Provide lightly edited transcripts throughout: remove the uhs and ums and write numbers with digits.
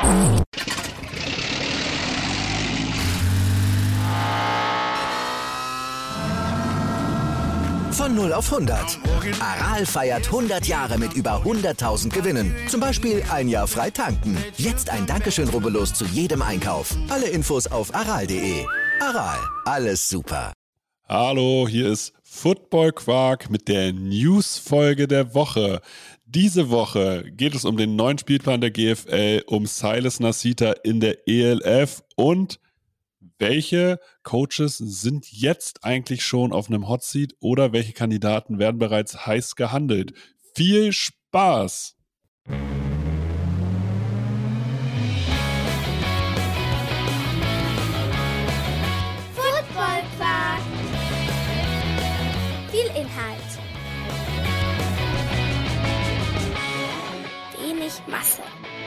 Von 0 auf 100. Aral feiert 100 Jahre mit über 100.000 Gewinnen. Zum Beispiel ein Jahr frei tanken. Jetzt ein Dankeschön, rubbellos zu jedem Einkauf. Alle Infos auf aral.de. Aral, alles super. Hallo, hier ist Football Quark mit der News-Folge der Woche. Diese Woche geht es um den neuen Spielplan der GFL, um Silas Nasita in der ELF und welche Coaches sind jetzt eigentlich schon auf einem Hot Seat oder welche Kandidaten werden bereits heiß gehandelt? Viel Spaß! Football Quark. Viel Inhalt. Wenig Masse.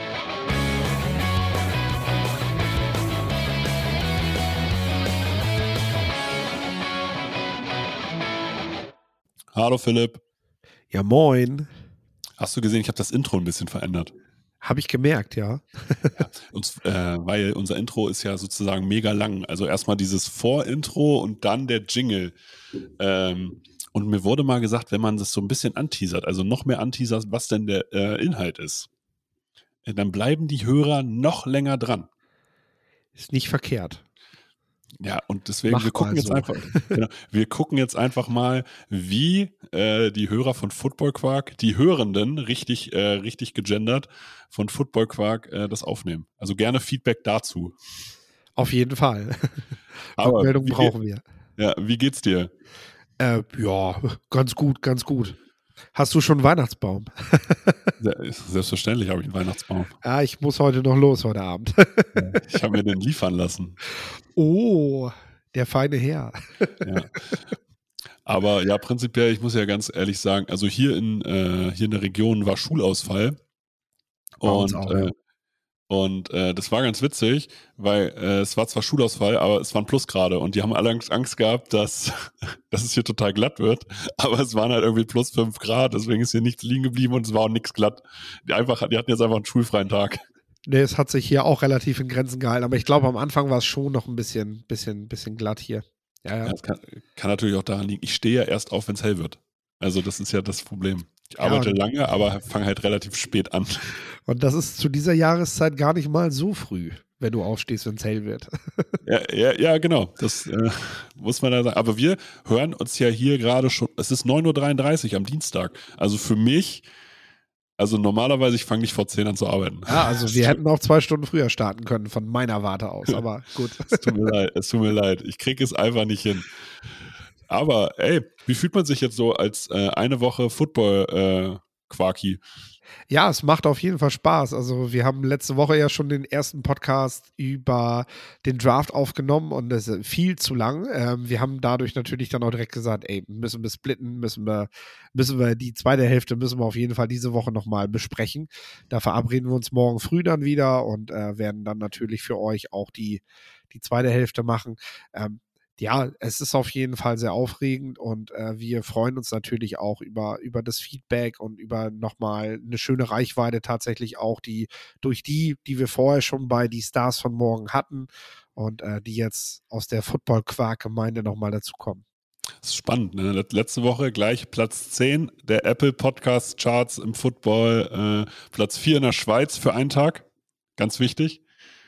Hallo Philipp. Ja, moin. Hast du gesehen, ich habe das Intro ein bisschen verändert. Habe ich gemerkt, ja. Weil unser Intro ist ja sozusagen mega lang. Also erstmal dieses Vorintro und dann der Jingle. Und mir wurde mal gesagt, wenn man das so ein bisschen anteasert, also noch mehr anteasert, was denn der Inhalt ist, dann bleiben die Hörer noch länger dran. Ist nicht verkehrt. Ja, und deswegen, wir gucken jetzt einfach mal, wie die Hörer von Football Quark, die Hörenden, richtig gegendert, von Football Quark das aufnehmen. Also gerne Feedback dazu. Auf jeden Fall. Aber Rückmeldung brauchen wir. Ja, wie geht's dir? Ja, ganz gut, ganz gut. Hast du schon einen Weihnachtsbaum? Selbstverständlich habe ich einen Weihnachtsbaum. Ja, ich muss heute noch los, heute Abend. Ich habe mir den liefern lassen. Oh, der feine Herr. Ja. Aber ja, prinzipiell, ich muss ja ganz ehrlich sagen, also hier in der Region war Schulausfall. Und das war ganz witzig, weil es war zwar Schulausfall, aber es waren Plusgrade und die haben alle Angst gehabt, dass es hier total glatt wird, aber es waren halt irgendwie plus 5 Grad, deswegen ist hier nichts liegen geblieben und es war auch nichts glatt. Die hatten jetzt einfach einen schulfreien Tag. Nee, es hat sich hier auch relativ in Grenzen gehalten, aber ich glaube, am Anfang war es schon noch ein bisschen glatt hier. Ja. Das kann natürlich auch daran liegen, ich stehe ja erst auf, wenn es hell wird. Also das ist ja das Problem. Ich arbeite lange, aber fange halt relativ spät an. Und das ist zu dieser Jahreszeit gar nicht mal so früh, wenn du aufstehst, wenn es hell wird. Ja, genau. Das muss man da sagen. Aber wir hören uns ja hier gerade schon, es ist 9.33 Uhr am Dienstag. Also für mich, also normalerweise, ich fange nicht vor 10 an zu arbeiten. Ja, also wir hätten auch 2 Stunden früher starten können, von meiner Warte aus, aber gut. Es tut mir leid. Ich kriege es einfach nicht hin. Aber ey, wie fühlt man sich jetzt so als eine Woche Football-Quarki? Ja, es macht auf jeden Fall Spaß. Also wir haben letzte Woche ja schon den ersten Podcast über den Draft aufgenommen und das ist viel zu lang. Wir haben dadurch natürlich dann auch direkt gesagt, ey, müssen wir splitten, müssen wir die zweite Hälfte müssen wir auf jeden Fall diese Woche nochmal besprechen. Da verabreden wir uns morgen früh dann wieder und werden dann natürlich für euch auch die zweite Hälfte machen. Ja, es ist auf jeden Fall sehr aufregend und wir freuen uns natürlich auch über das Feedback und über nochmal eine schöne Reichweite tatsächlich auch, die wir vorher schon bei die Stars von morgen hatten und die jetzt aus der Football-Quark-Gemeinde nochmal dazu kommen. Das ist spannend, ne? Letzte Woche gleich Platz 10 der Apple Podcast Charts im Football, Platz 4 in der Schweiz für einen Tag, ganz wichtig.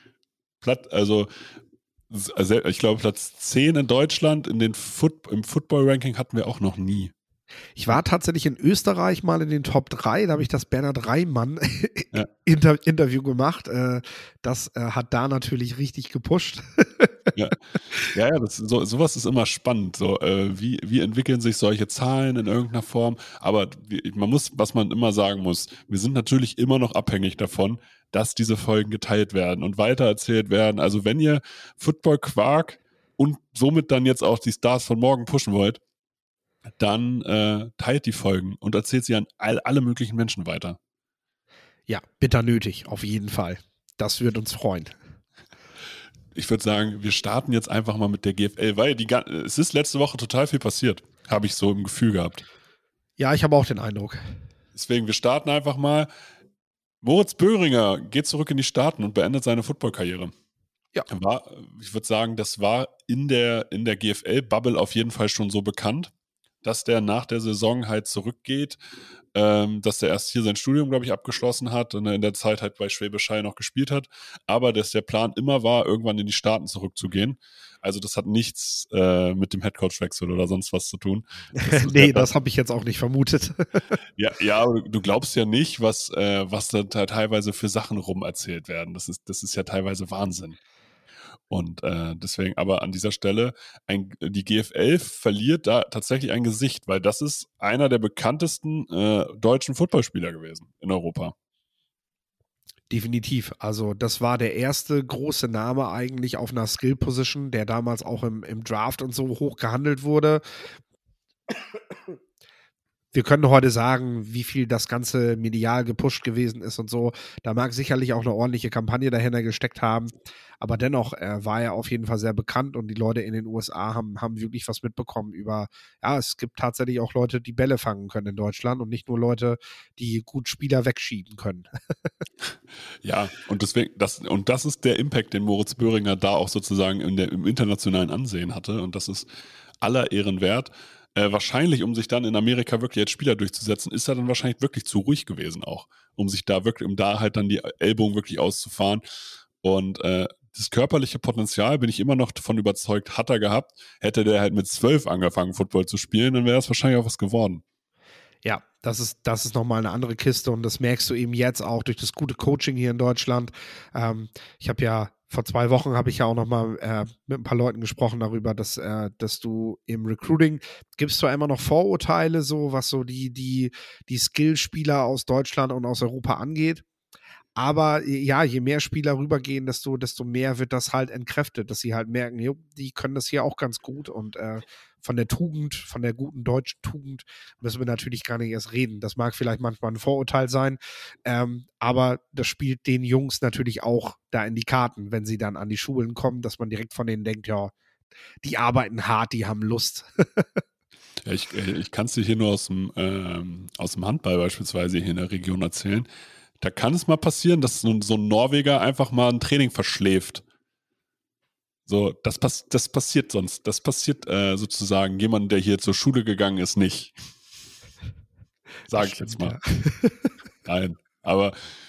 Ich glaube, Platz 10 in Deutschland im Football-Ranking hatten wir auch noch nie. Ich war tatsächlich in Österreich mal in den Top 3, da habe ich das Bernhard Reimann Interview gemacht. Das hat da natürlich richtig gepusht. Ja, sowas ist immer spannend. So, wie entwickeln sich solche Zahlen in irgendeiner Form? Aber was man immer sagen muss, wir sind natürlich immer noch abhängig davon, dass diese Folgen geteilt werden und weitererzählt werden. Also wenn ihr Football Quark und somit dann jetzt auch die Stars von morgen pushen wollt, dann teilt die Folgen und erzählt sie an alle möglichen Menschen weiter. Ja, bitter nötig, auf jeden Fall. Das wird uns freuen. Ich würde sagen, wir starten jetzt einfach mal mit der GFL, weil es ist letzte Woche total viel passiert, habe ich so im Gefühl gehabt. Ja, ich habe auch den Eindruck. Deswegen, wir starten einfach mal. Moritz Böhringer geht zurück in die Staaten und beendet seine Footballkarriere. Ja. Ich würde sagen, das war in der GFL-Bubble auf jeden Fall schon so bekannt, dass der nach der Saison halt zurückgeht, dass der erst hier sein Studium, glaube ich, abgeschlossen hat und in der Zeit halt bei Schwäbisch Hall noch gespielt hat, aber dass der Plan immer war, irgendwann in die Staaten zurückzugehen. Also das hat nichts mit dem Headcoach-Wechsel oder sonst was zu tun. Das habe ich jetzt auch nicht vermutet. Ja, aber du glaubst ja nicht, was da teilweise für Sachen rumerzählt werden. Das ist ja teilweise Wahnsinn. Und deswegen, aber an dieser Stelle, die GFL verliert da tatsächlich ein Gesicht, weil das ist einer der bekanntesten deutschen Footballspieler gewesen in Europa. Definitiv. Also das war der erste große Name eigentlich auf einer Skill-Position, der damals auch im Draft und so hoch gehandelt wurde. Wir können heute sagen, wie viel das Ganze medial gepusht gewesen ist und so. Da mag sicherlich auch eine ordentliche Kampagne dahinter gesteckt haben. Aber dennoch war er auf jeden Fall sehr bekannt und die Leute in den USA haben wirklich was mitbekommen über, ja, es gibt tatsächlich auch Leute, die Bälle fangen können in Deutschland und nicht nur Leute, die gut Spieler wegschieben können. Ja, und deswegen, das ist der Impact, den Moritz Böhringer da auch sozusagen im internationalen Ansehen hatte. Und das ist aller Ehren wert. Wahrscheinlich, um sich dann in Amerika wirklich als Spieler durchzusetzen, ist er dann wahrscheinlich wirklich zu ruhig gewesen auch, um da halt dann die Ellbogen wirklich auszufahren. Und das körperliche Potenzial, bin ich immer noch davon überzeugt, hat er gehabt. Hätte der halt mit 12 angefangen, Football zu spielen, dann wäre das wahrscheinlich auch was geworden. Ja, das ist nochmal eine andere Kiste und das merkst du eben jetzt auch durch das gute Coaching hier in Deutschland. Ich habe ja vor 2 Wochen habe ich ja auch nochmal mit ein paar Leuten gesprochen darüber, dass du im Recruiting gibst zwar immer noch Vorurteile, so was so die Skillspieler aus Deutschland und aus Europa angeht. Aber ja, je mehr Spieler rübergehen, desto mehr wird das halt entkräftet, dass sie halt merken, jo, die können das hier auch ganz gut und von der Tugend, von der guten deutschen Tugend müssen wir natürlich gar nicht erst reden. Das mag vielleicht manchmal ein Vorurteil sein, aber das spielt den Jungs natürlich auch da in die Karten, wenn sie dann an die Schulen kommen, dass man direkt von denen denkt, ja, die arbeiten hart, die haben Lust. Ja, ich kann es dir hier nur aus dem Handball beispielsweise hier in der Region erzählen. Da kann es mal passieren, dass so ein Norweger einfach mal ein Training verschläft. So, das passiert sonst. Das passiert sozusagen jemand, der hier zur Schule gegangen ist, nicht. Sag ich jetzt mal. Ja. Nein, aber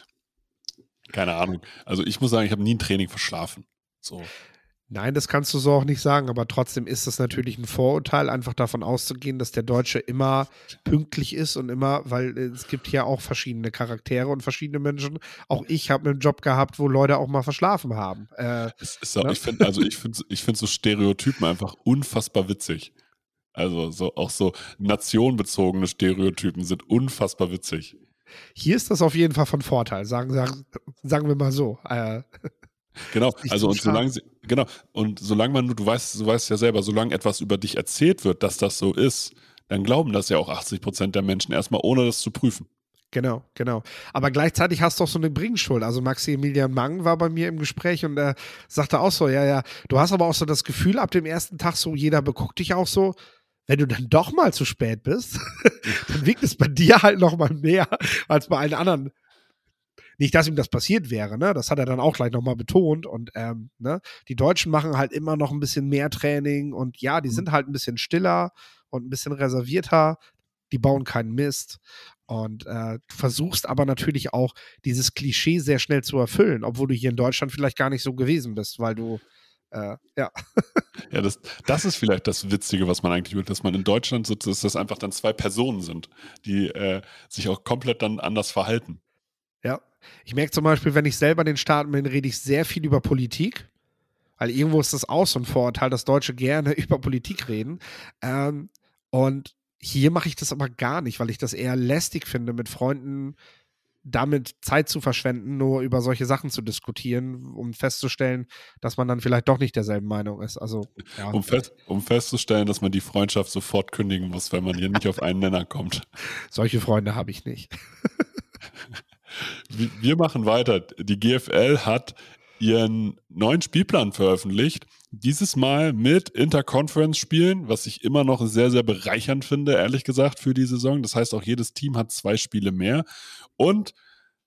keine Ahnung. Also ich muss sagen, ich habe nie ein Training verschlafen. So. Nein, das kannst du so auch nicht sagen, aber trotzdem ist das natürlich ein Vorurteil, einfach davon auszugehen, dass der Deutsche immer pünktlich ist und immer, weil es gibt ja auch verschiedene Charaktere und verschiedene Menschen. Auch ich habe einen Job gehabt, wo Leute auch mal verschlafen haben. Ne? Ich finde so Stereotypen einfach unfassbar witzig. Also auch so nationenbezogene Stereotypen sind unfassbar witzig. Hier ist das auf jeden Fall von Vorteil, sagen wir mal so. Genau, also und solange du weißt ja selber, solange etwas über dich erzählt wird, dass das so ist, dann glauben das ja auch 80% der Menschen erstmal, ohne das zu prüfen. Genau. Aber gleichzeitig hast du auch so eine Bringschuld. Also Maximilian Mang war bei mir im Gespräch und er sagte auch so, ja, du hast aber auch so das Gefühl ab dem ersten Tag so, jeder beguckt dich auch so, wenn du dann doch mal zu spät bist, dann wiegt es bei dir halt noch mal mehr als bei allen anderen. Nicht, dass ihm das passiert wäre, ne? Das hat er dann auch gleich nochmal betont. Und ne? Die Deutschen machen halt immer noch ein bisschen mehr Training und ja, die sind halt ein bisschen stiller und ein bisschen reservierter. Die bauen keinen Mist. Und du versuchst aber natürlich auch, dieses Klischee sehr schnell zu erfüllen, obwohl du hier in Deutschland vielleicht gar nicht so gewesen bist, weil du ja. Ja, das ist vielleicht das Witzige, was man eigentlich will, dass man in Deutschland so, dass das einfach dann 2 Personen sind, die sich auch komplett dann anders verhalten. Ja, ich merke zum Beispiel, wenn ich selber in den Staaten bin, rede ich sehr viel über Politik, weil irgendwo ist das auch so ein Vorurteil, dass Deutsche gerne über Politik reden. Und hier mache ich das aber gar nicht, weil ich das eher lästig finde, mit Freunden damit Zeit zu verschwenden, nur über solche Sachen zu diskutieren, um festzustellen, dass man dann vielleicht doch nicht derselben Meinung ist. Also, ja. Um festzustellen, dass man die Freundschaft sofort kündigen muss, wenn man hier nicht auf einen Nenner kommt. Solche Freunde habe ich nicht. Wir machen weiter. Die GFL hat ihren neuen Spielplan veröffentlicht. Dieses Mal mit Interconference-Spielen, was ich immer noch sehr, sehr bereichernd finde, ehrlich gesagt, für die Saison. Das heißt, auch jedes Team hat 2 Spiele mehr. Und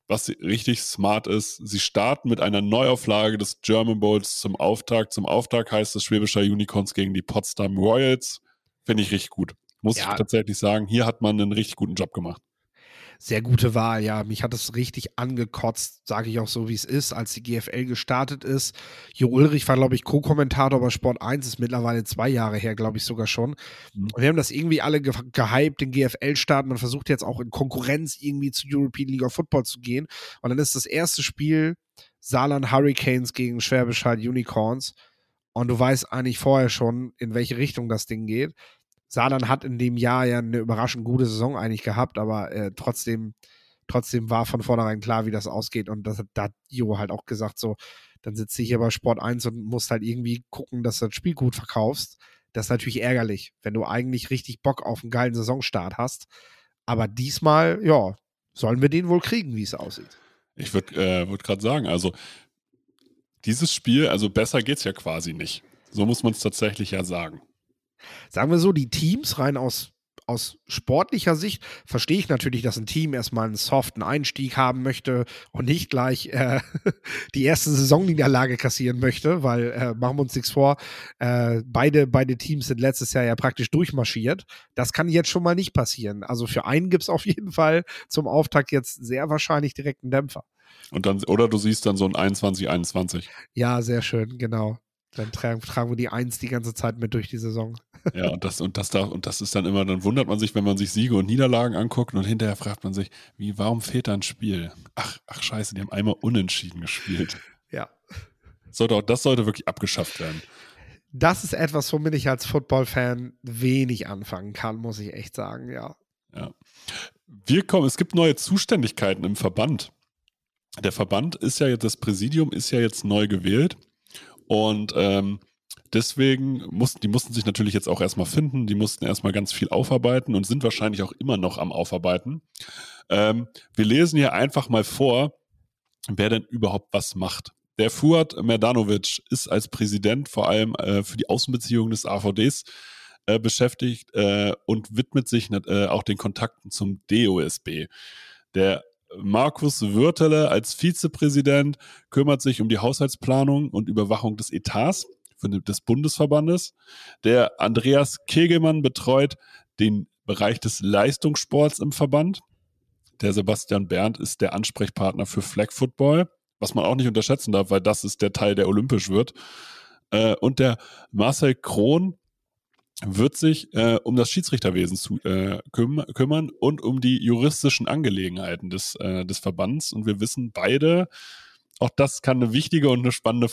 was richtig smart ist. Sie starten mit einer Neuauflage des German Bowls zum Auftakt. Zum Auftakt heißt es Schwäbischer Unicorns gegen die Potsdam Royals. Finde ich richtig gut. Muss ich tatsächlich sagen, hier hat man einen richtig guten Job gemacht. Sehr gute Wahl, ja. Mich hat es richtig angekotzt, sage ich auch so, wie es ist, als die GFL gestartet ist. Jo Ulrich war, glaube ich, Co-Kommentator bei Sport 1, ist mittlerweile 2 Jahre her, glaube ich sogar schon. Und wir haben das irgendwie alle gehypt, den GFL-Start. Man versucht jetzt auch in Konkurrenz irgendwie zu European League of Football zu gehen. Und dann ist das erste Spiel Saarland Hurricanes gegen Schwäbisch Hall Unicorns. Und du weißt eigentlich vorher schon, in welche Richtung das Ding geht. Saarland hat in dem Jahr ja eine überraschend gute Saison eigentlich gehabt, aber trotzdem war von vornherein klar, wie das ausgeht. Und da hat Jo halt auch gesagt, so, dann sitzt du hier bei Sport 1 und musst halt irgendwie gucken, dass du das Spiel gut verkaufst. Das ist natürlich ärgerlich, wenn du eigentlich richtig Bock auf einen geilen Saisonstart hast. Aber diesmal, ja, sollen wir den wohl kriegen, wie es aussieht. Ich würde gerade sagen, also dieses Spiel, also besser geht's ja quasi nicht. So muss man es tatsächlich ja sagen. Sagen wir so, die Teams rein aus sportlicher Sicht verstehe ich natürlich, dass ein Team erstmal einen soften Einstieg haben möchte und nicht gleich die erste Saisonniederlage kassieren möchte, weil machen wir uns nichts vor, beide Teams sind letztes Jahr ja praktisch durchmarschiert. Das kann jetzt schon mal nicht passieren. Also für einen gibt es auf jeden Fall zum Auftakt jetzt sehr wahrscheinlich direkt einen Dämpfer. Und dann, oder du siehst dann so ein 21-21. Ja, sehr schön, genau. Dann tragen wir die 1 die ganze Zeit mit durch die Saison. Ja, und das ist dann immer, dann wundert man sich, wenn man sich Siege und Niederlagen anguckt und hinterher fragt man sich, warum fehlt da ein Spiel? Ach scheiße, die haben einmal unentschieden gespielt. Ja. Das sollte wirklich abgeschafft werden. Das ist etwas, womit ich als Football-Fan wenig anfangen kann, muss ich echt sagen, ja. Ja. Es gibt neue Zuständigkeiten im Verband. Der Verband ist ja jetzt, das Präsidium ist ja jetzt neu gewählt. Und deswegen mussten sich natürlich jetzt auch erstmal finden, die mussten erstmal ganz viel aufarbeiten und sind wahrscheinlich auch immer noch am Aufarbeiten. Wir lesen hier einfach mal vor, wer denn überhaupt was macht. Der Fuad Merdanovic ist als Präsident vor allem für die Außenbeziehungen des AVDs beschäftigt und widmet sich auch den Kontakten zum DOSB. Der Markus Würtele als Vizepräsident kümmert sich um die Haushaltsplanung und Überwachung des Etats des Bundesverbandes. Der Andreas Kegelmann betreut den Bereich des Leistungssports im Verband. Der Sebastian Berndt ist der Ansprechpartner für Flag Football, was man auch nicht unterschätzen darf, weil das ist der Teil, der olympisch wird. Und der Marcel Krohn wird sich um das Schiedsrichterwesen kümmern und um die juristischen Angelegenheiten des Verbands. Und wir wissen beide, auch das kann eine wichtige und eine spannende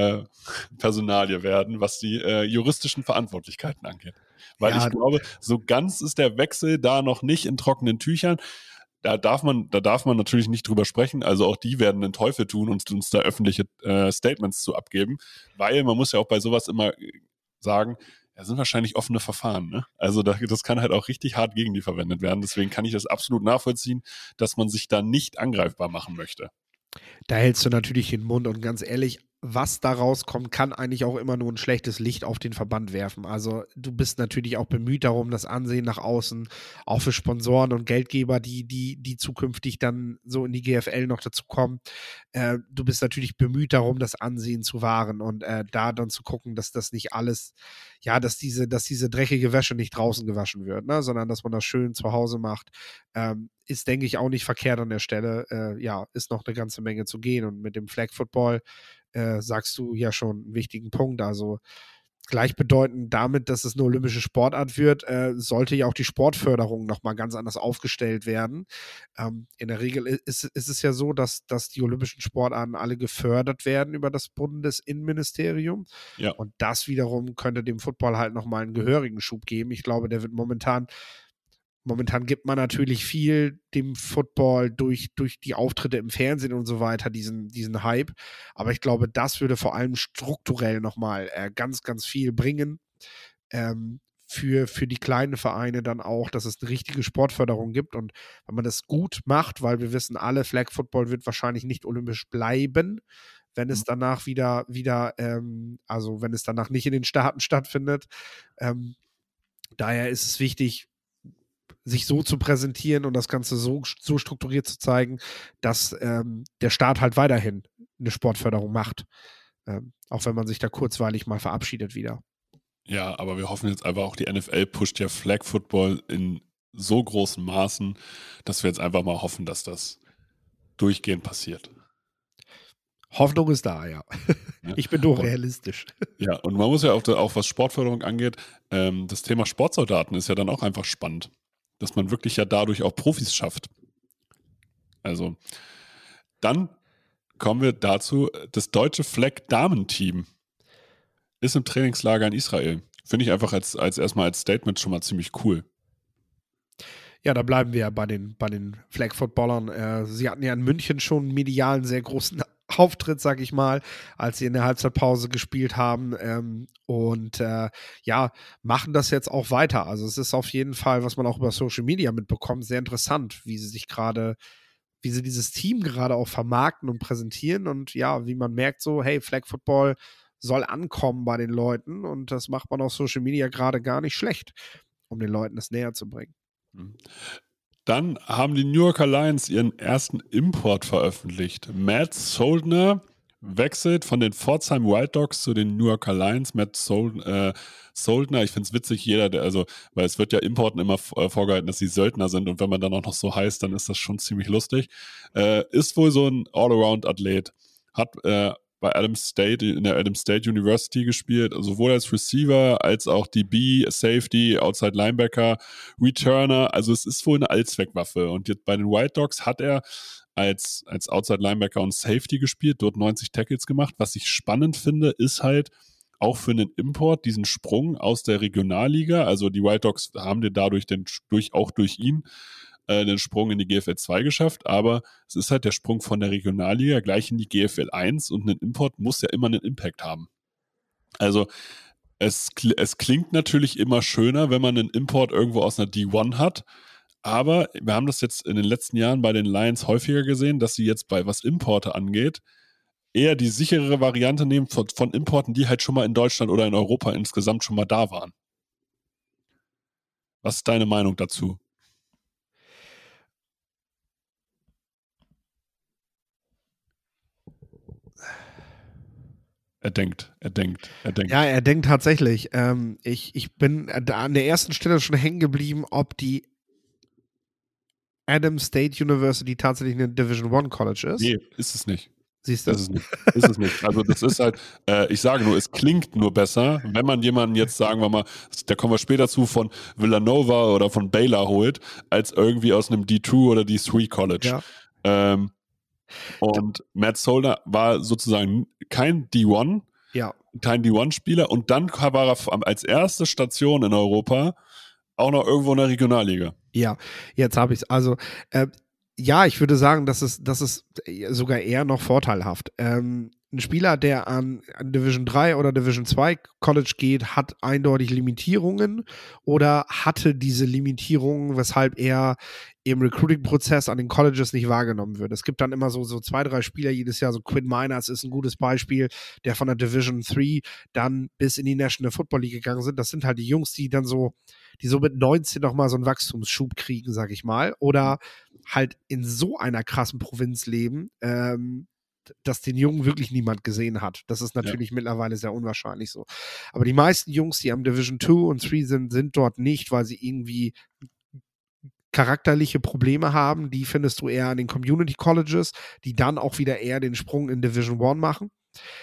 Personalie werden, was die juristischen Verantwortlichkeiten angeht. Weil ich glaube, so ganz ist der Wechsel da noch nicht in trockenen Tüchern. Da darf man natürlich nicht drüber sprechen. Also auch die werden den Teufel tun und uns da öffentliche Statements zu abgeben. Weil man muss ja auch bei sowas immer sagen, das sind wahrscheinlich offene Verfahren. Ne? Also das kann halt auch richtig hart gegen die verwendet werden. Deswegen kann ich das absolut nachvollziehen, dass man sich da nicht angreifbar machen möchte. Da hältst du natürlich den Mund und ganz ehrlich, was da rauskommt, kann eigentlich auch immer nur ein schlechtes Licht auf den Verband werfen. Also du bist natürlich auch bemüht darum, das Ansehen nach außen, auch für Sponsoren und Geldgeber, die zukünftig dann so in die GFL noch dazu kommen. Du bist natürlich bemüht darum, das Ansehen zu wahren und da dann zu gucken, dass das nicht alles, ja, dass diese dreckige Wäsche nicht draußen gewaschen wird, ne? Sondern dass man das schön zu Hause macht. Ist, denke ich, auch nicht verkehrt an der Stelle. Ja, ist noch eine ganze Menge zu gehen und mit dem Flag Football sagst du ja schon einen wichtigen Punkt. Also gleichbedeutend damit, dass es eine olympische Sportart wird, sollte ja auch die Sportförderung nochmal ganz anders aufgestellt werden. In der Regel ist es ja so, dass die olympischen Sportarten alle gefördert werden über das Bundesinnenministerium. Ja. Und das wiederum könnte dem Football halt nochmal einen gehörigen Schub geben. Ich glaube, der wird momentan gibt man natürlich viel dem Football durch die Auftritte im Fernsehen und so weiter, diesen Hype. Aber ich glaube, das würde vor allem strukturell nochmal ganz, ganz viel bringen. Für die kleinen Vereine dann auch, dass es eine richtige Sportförderung gibt. Und wenn man das gut macht, weil wir wissen alle, Flag Football wird wahrscheinlich nicht olympisch bleiben, wenn es danach also wenn es danach nicht in den Staaten stattfindet. Daher ist es wichtig, sich so zu präsentieren und das Ganze so strukturiert zu zeigen, dass der Staat halt weiterhin eine Sportförderung macht. Auch wenn man sich da kurzweilig mal verabschiedet wieder. Ja, aber wir hoffen jetzt einfach auch, die NFL pusht ja Flag Football in so großen Maßen, dass wir jetzt einfach mal hoffen, dass das durchgehend passiert. Hoffnung ist da, ja. Ja. Ich bin doch realistisch. Ja, und man muss ja auch was Sportförderung angeht, das Thema Sportsoldaten ist ja dann auch einfach spannend, dass man wirklich ja dadurch auch Profis schafft. Also, dann kommen wir dazu, das deutsche Flag-Damen-Team ist im Trainingslager in Israel. Finde ich einfach erstmal als Statement schon mal ziemlich cool. Ja, da bleiben wir ja bei den Flag-Footballern. Sie hatten ja in München schon einen medialen sehr großen Auftritt, sag ich mal, als sie in der Halbzeitpause gespielt haben machen das jetzt auch weiter. Also es ist auf jeden Fall, was man auch über Social Media mitbekommt, sehr interessant, wie sie dieses Team gerade auch vermarkten und präsentieren und ja, wie man merkt so, hey, Flag Football soll ankommen bei den Leuten und das macht man auf Social Media gerade gar nicht schlecht, um den Leuten das näher zu bringen. Dann haben die New Yorker Lions ihren ersten Import veröffentlicht. Matt Soldner wechselt von den Pforzheim Wild Dogs zu den New Yorker Lions. Matt Soldner, ich finde es witzig, weil es wird ja Importen immer vorgehalten, dass sie Söldner sind und wenn man dann auch noch so heißt, dann ist das schon ziemlich lustig. Ist wohl so ein All-Around-Athlet. Hat bei in der Adams State University gespielt, sowohl als Receiver als auch DB, Safety, Outside Linebacker, Returner. Also es ist wohl eine Allzweckwaffe. Und jetzt bei den Wild Dogs hat er als Outside Linebacker und Safety gespielt, dort 90 Tackles gemacht. Was ich spannend finde, ist halt auch für einen Import diesen Sprung aus der Regionalliga. Also die Wild Dogs haben dir dadurch auch durch ihn den Sprung in die GFL 2 geschafft, aber es ist halt der Sprung von der Regionalliga gleich in die GFL 1 und ein Import muss ja immer einen Impact haben. Also es klingt natürlich immer schöner, wenn man einen Import irgendwo aus einer D1 hat, aber wir haben das jetzt in den letzten Jahren bei den Lions häufiger gesehen, dass sie jetzt was Importe angeht, eher die sicherere Variante nehmen von Importen, die halt schon mal in Deutschland oder in Europa insgesamt schon mal da waren. Was ist deine Meinung dazu? Er denkt. Ja, er denkt tatsächlich. Ich bin da an der ersten Stelle schon hängen geblieben, ob die Adams State University tatsächlich eine Division I College ist. Nee, ist es nicht. Siehst du? Ist es nicht. Also das ist halt, ich sage nur, es klingt nur besser, wenn man jemanden jetzt, sagen wir mal, da kommen wir später zu, von Villanova oder von Baylor holt, als irgendwie aus einem D2 oder D3 College. Ja. Und Matt Soldner war sozusagen kein D1, kein D1-Spieler und dann war er als erste Station in Europa auch noch irgendwo in der Regionalliga. Ja, jetzt habe ich es. Also, ich würde sagen, das ist sogar eher noch vorteilhaft. Ein Spieler, der an Division 3 oder Division 2 College geht, hat eindeutig Limitierungen oder hatte diese Limitierungen, weshalb er im Recruiting-Prozess an den Colleges nicht wahrgenommen wird. Es gibt dann immer so 2, 3 Spieler jedes Jahr, so Quinn Miners ist ein gutes Beispiel, der von der Division 3 dann bis in die National Football League gegangen sind. Das sind halt die Jungs, die mit 19 nochmal so einen Wachstumsschub kriegen, sag ich mal, oder halt in so einer krassen Provinz leben, dass den Jungen wirklich niemand gesehen hat. Das ist natürlich mittlerweile sehr unwahrscheinlich so. Aber die meisten Jungs, die am Division 2 und 3 sind dort nicht, weil sie irgendwie charakterliche Probleme haben. Die findest du eher an den Community Colleges, die dann auch wieder eher den Sprung in Division 1 machen.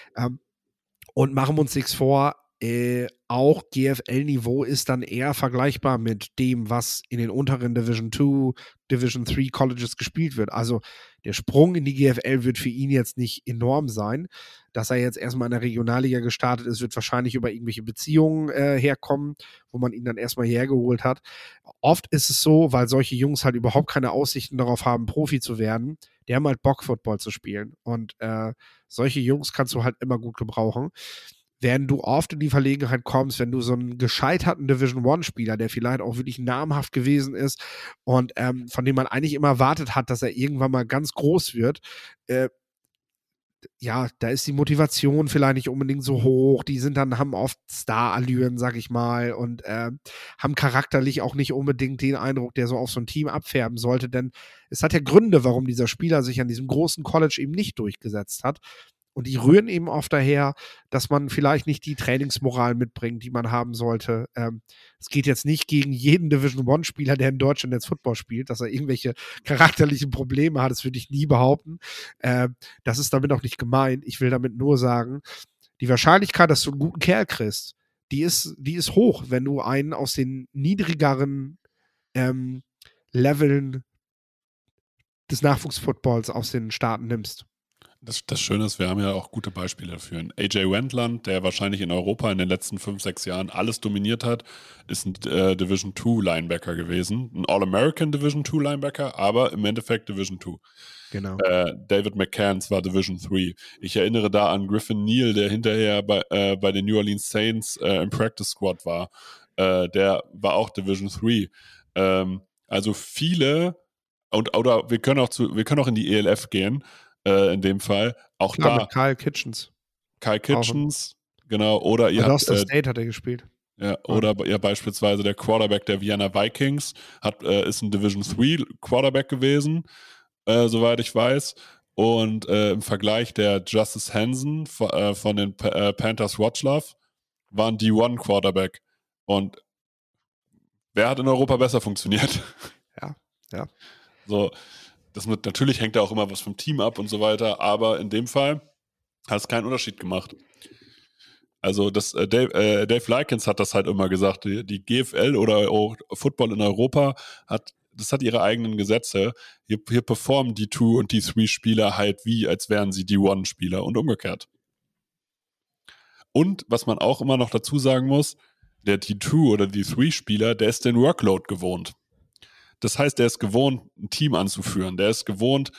Und machen wir uns nichts vor, auch GFL-Niveau ist dann eher vergleichbar mit dem, was in den unteren Division 2, Division 3 Colleges gespielt wird. Also der Sprung in die GFL wird für ihn jetzt nicht enorm sein. Dass er jetzt erstmal in der Regionalliga gestartet ist, wird wahrscheinlich über irgendwelche Beziehungen herkommen, wo man ihn dann erstmal hergeholt hat. Oft ist es so, weil solche Jungs halt überhaupt keine Aussichten darauf haben, Profi zu werden, die haben halt Bock, Football zu spielen. Und solche Jungs kannst du halt immer gut gebrauchen. Wenn du oft in die Verlegenheit kommst, wenn du so einen gescheiterten Division-1-Spieler, der vielleicht auch wirklich namhaft gewesen ist und von dem man eigentlich immer erwartet hat, dass er irgendwann mal ganz groß wird, ja, da ist die Motivation vielleicht nicht unbedingt so hoch. Die haben oft Star-Allüren, sag ich mal, und haben charakterlich auch nicht unbedingt den Eindruck, der so auf so ein Team abfärben sollte. Denn es hat ja Gründe, warum dieser Spieler sich an diesem großen College eben nicht durchgesetzt hat. Und die rühren eben oft daher, dass man vielleicht nicht die Trainingsmoral mitbringt, die man haben sollte. Es geht jetzt nicht gegen jeden Division-I-Spieler, der in Deutschland jetzt Football spielt, dass er irgendwelche charakterlichen Probleme hat. Das würde ich nie behaupten. Das ist damit auch nicht gemeint. Ich will damit nur sagen, die Wahrscheinlichkeit, dass du einen guten Kerl kriegst, die ist hoch, wenn du einen aus den niedrigeren Leveln des Nachwuchsfootballs aus den Staaten nimmst. Das Schöne ist, wir haben ja auch gute Beispiele dafür. AJ Wendland, der wahrscheinlich in Europa in den letzten 5, 6 Jahren alles dominiert hat, ist ein Division II Linebacker gewesen. Ein All-American Division II Linebacker, aber im Endeffekt Division II. Genau. David McCann war Division III. Ich erinnere da an Griffin Neal, der hinterher bei den New Orleans Saints im Practice Squad war. Der war auch Division III. Also viele, oder wir können auch in die ELF gehen, in dem Fall. Auch klar, da. Mit Kyle Kitchens. Genau. Oder ihr habt. State hat er gespielt. Ja, oder beispielsweise der Quarterback der Vienna Vikings ist ein Division III Quarterback gewesen, soweit ich weiß. Und im Vergleich der Justice Hansen von den Panthers Wroclaw war ein D1 Quarterback. Und wer hat in Europa besser funktioniert? Ja. So. Natürlich hängt da auch immer was vom Team ab und so weiter, aber in dem Fall hat es keinen Unterschied gemacht. Also Dave Likens hat das halt immer gesagt, die GFL oder auch Football in Europa hat ihre eigenen Gesetze. Hier performen die 2 und die 3 Spieler halt als wären sie die 1 Spieler und umgekehrt. Und was man auch immer noch dazu sagen muss, der D2 oder die 3 Spieler, der ist den Workload gewohnt. Das heißt, der ist gewohnt, ein Team anzuführen. Der ist gewohnt,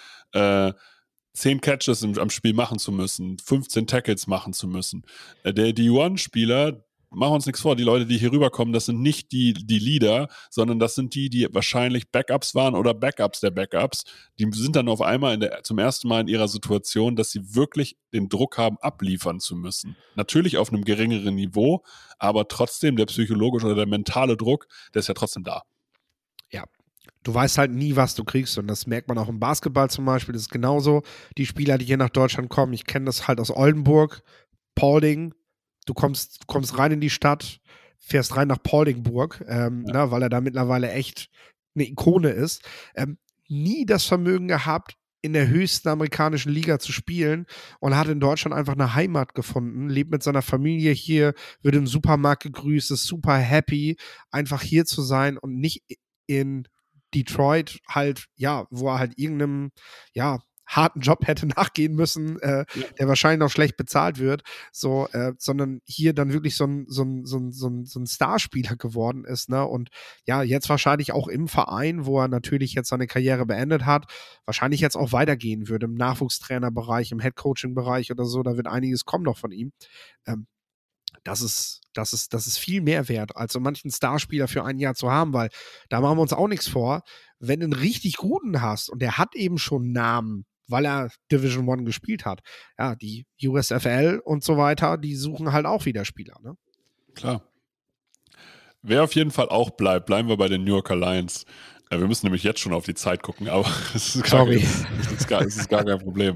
10 Catches am Spiel machen zu müssen, 15 Tackles machen zu müssen. Der D1-Spieler, machen wir uns nichts vor, die Leute, die hier rüberkommen, das sind nicht die Leader, sondern das sind die wahrscheinlich Backups waren oder Backups der Backups. Die sind dann auf einmal zum ersten Mal in ihrer Situation, dass sie wirklich den Druck haben, abliefern zu müssen. Natürlich auf einem geringeren Niveau, aber trotzdem der psychologische oder der mentale Druck, der ist ja trotzdem da. Ja. Du weißt halt nie, was du kriegst, und das merkt man auch im Basketball zum Beispiel. Das ist genauso. Die Spieler, die hier nach Deutschland kommen, ich kenne das halt aus Oldenburg, Paulding. Du kommst rein in die Stadt, fährst rein nach Pauldingburg, weil er da mittlerweile echt eine Ikone ist. Nie das Vermögen gehabt, in der höchsten amerikanischen Liga zu spielen, und hat in Deutschland einfach eine Heimat gefunden, lebt mit seiner Familie hier, wird im Supermarkt gegrüßt, ist super happy, einfach hier zu sein und nicht in Detroit halt, wo er halt irgendeinem, harten Job hätte nachgehen müssen, der wahrscheinlich noch schlecht bezahlt wird, sondern hier dann wirklich so ein Starspieler geworden ist, ne? Und ja, jetzt wahrscheinlich auch im Verein, wo er natürlich jetzt seine Karriere beendet hat, wahrscheinlich jetzt auch weitergehen würde im Nachwuchstrainerbereich, im Headcoaching-Bereich oder so, da wird einiges kommen noch von ihm. Das ist viel mehr wert, als so manchen Starspieler für ein Jahr zu haben, weil da machen wir uns auch nichts vor. Wenn du einen richtig guten hast und der hat eben schon Namen, weil er Division I gespielt hat, ja, die USFL und so weiter, die suchen halt auch wieder Spieler, ne? Klar. Wer auf jeden Fall auch bleiben wir bei den New Yorker Lions. Wir müssen nämlich jetzt schon auf die Zeit gucken, aber es ist gar kein Problem.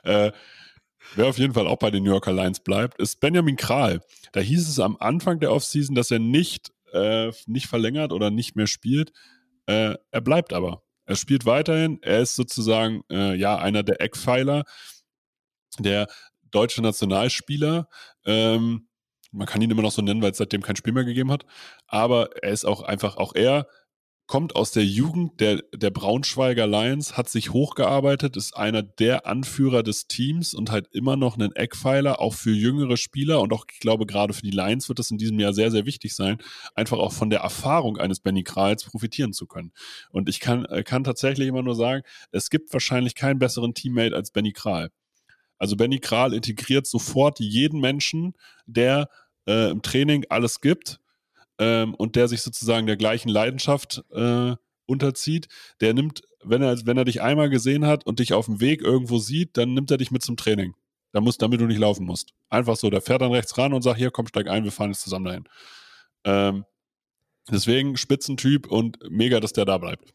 Wer auf jeden Fall auch bei den New Yorker Lions bleibt, ist Benjamin Kral. Da hieß es am Anfang der Offseason, dass er nicht verlängert oder nicht mehr spielt. Er bleibt aber. Er spielt weiterhin. Er ist sozusagen einer der Eckpfeiler, der deutsche Nationalspieler. Man kann ihn immer noch so nennen, weil es seitdem kein Spiel mehr gegeben hat. Aber er ist er kommt aus der Jugend der Braunschweiger Lions, hat sich hochgearbeitet, ist einer der Anführer des Teams und halt immer noch ein Eckpfeiler, auch für jüngere Spieler, und auch, ich glaube, gerade für die Lions wird das in diesem Jahr sehr, sehr wichtig sein, einfach auch von der Erfahrung eines Benny Krahls profitieren zu können. Und ich kann tatsächlich immer nur sagen, es gibt wahrscheinlich keinen besseren Teammate als Benny Krahl. Also Benny Krahl integriert sofort jeden Menschen, der im Training alles gibt, und der sich sozusagen der gleichen Leidenschaft unterzieht, der nimmt, wenn er dich einmal gesehen hat und dich auf dem Weg irgendwo sieht, dann nimmt er dich mit zum Training. damit du nicht laufen musst. Einfach so, der fährt dann rechts ran und sagt, hier, komm, steig ein, wir fahren jetzt zusammen dahin. Deswegen Spitzentyp und mega, dass der da bleibt.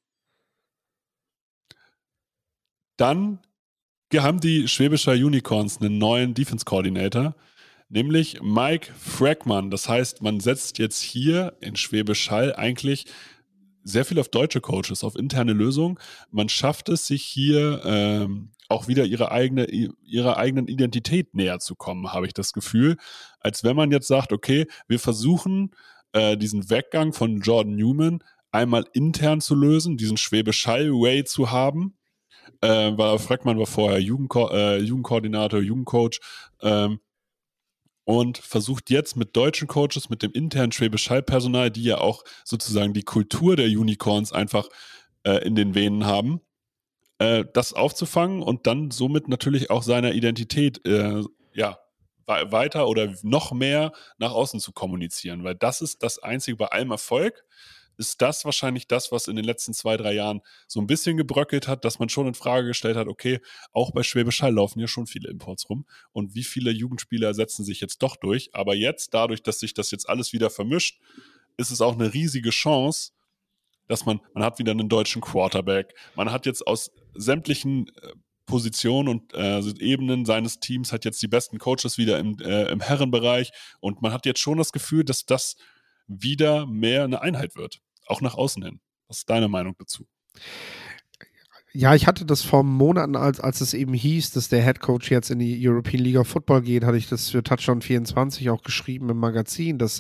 Dann haben die Schwäbischer Unicorns einen neuen Defense-Coordinator, nämlich Mike Fragman. Das heißt, man setzt jetzt hier in Schwäbisch Hall eigentlich sehr viel auf deutsche Coaches, auf interne Lösungen. Man schafft es, sich hier auch wieder ihrer eigenen Identität näher zu kommen, habe ich das Gefühl. Als wenn man jetzt sagt, okay, wir versuchen diesen Weggang von Jordan Newman einmal intern zu lösen, diesen Schwäbisch Hall-Way zu haben. Weil Fragman war vorher Jugendkoordinator, Jugendcoach und versucht jetzt mit deutschen Coaches, mit dem internen Schwäbisch Hall-Personal, die ja auch sozusagen die Kultur der Unicorns einfach in den Venen haben, das aufzufangen und dann somit natürlich auch seiner Identität weiter oder noch mehr nach außen zu kommunizieren, weil das ist das Einzige bei allem Erfolg, ist das wahrscheinlich das, was in den letzten 2-3 Jahren so ein bisschen gebröckelt hat, dass man schon in Frage gestellt hat, okay, auch bei Schwäbisch Hall laufen ja schon viele Imports rum und wie viele Jugendspieler setzen sich jetzt doch durch, aber jetzt, dadurch, dass sich das jetzt alles wieder vermischt, ist es auch eine riesige Chance, dass man hat wieder einen deutschen Quarterback, man hat jetzt aus sämtlichen Positionen und Ebenen seines Teams hat jetzt die besten Coaches wieder im Herrenbereich und man hat jetzt schon das Gefühl, dass das wieder mehr eine Einheit wird, auch nach außen hin. Was ist deine Meinung dazu? Ja, ich hatte das vor Monaten, als es eben hieß, dass der Head Coach jetzt in die European League of Football geht, hatte ich das für Touchdown 24 auch geschrieben im Magazin, dass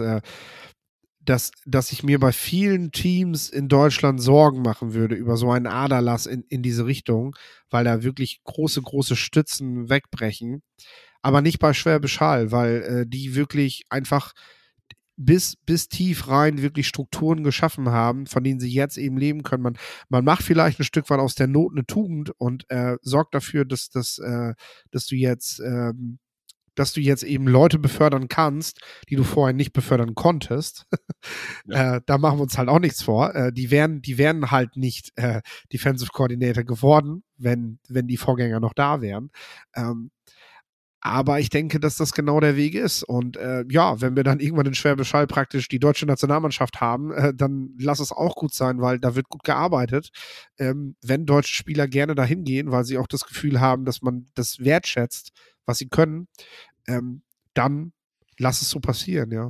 ich mir bei vielen Teams in Deutschland Sorgen machen würde über so einen Aderlass in diese Richtung, weil da wirklich große Stützen wegbrechen. Aber nicht bei Schwäbisch Hall, weil die wirklich einfach bis tief rein wirklich Strukturen geschaffen haben, von denen sie jetzt eben leben können. Man macht vielleicht ein Stück weit aus der Not eine Tugend und sorgt dafür, dass du jetzt eben Leute befördern kannst, die du vorher nicht befördern konntest. Ja. Da machen wir uns halt auch nichts vor. Die wären halt nicht Defensive Coordinator geworden, wenn die Vorgänger noch da wären. Aber ich denke, dass das genau der Weg ist. Und wenn wir dann irgendwann in Schwäbisch Hall praktisch die deutsche Nationalmannschaft haben, dann lass es auch gut sein, weil da wird gut gearbeitet. Wenn deutsche Spieler gerne dahin gehen, weil sie auch das Gefühl haben, dass man das wertschätzt, was sie können, dann lass es so passieren, ja.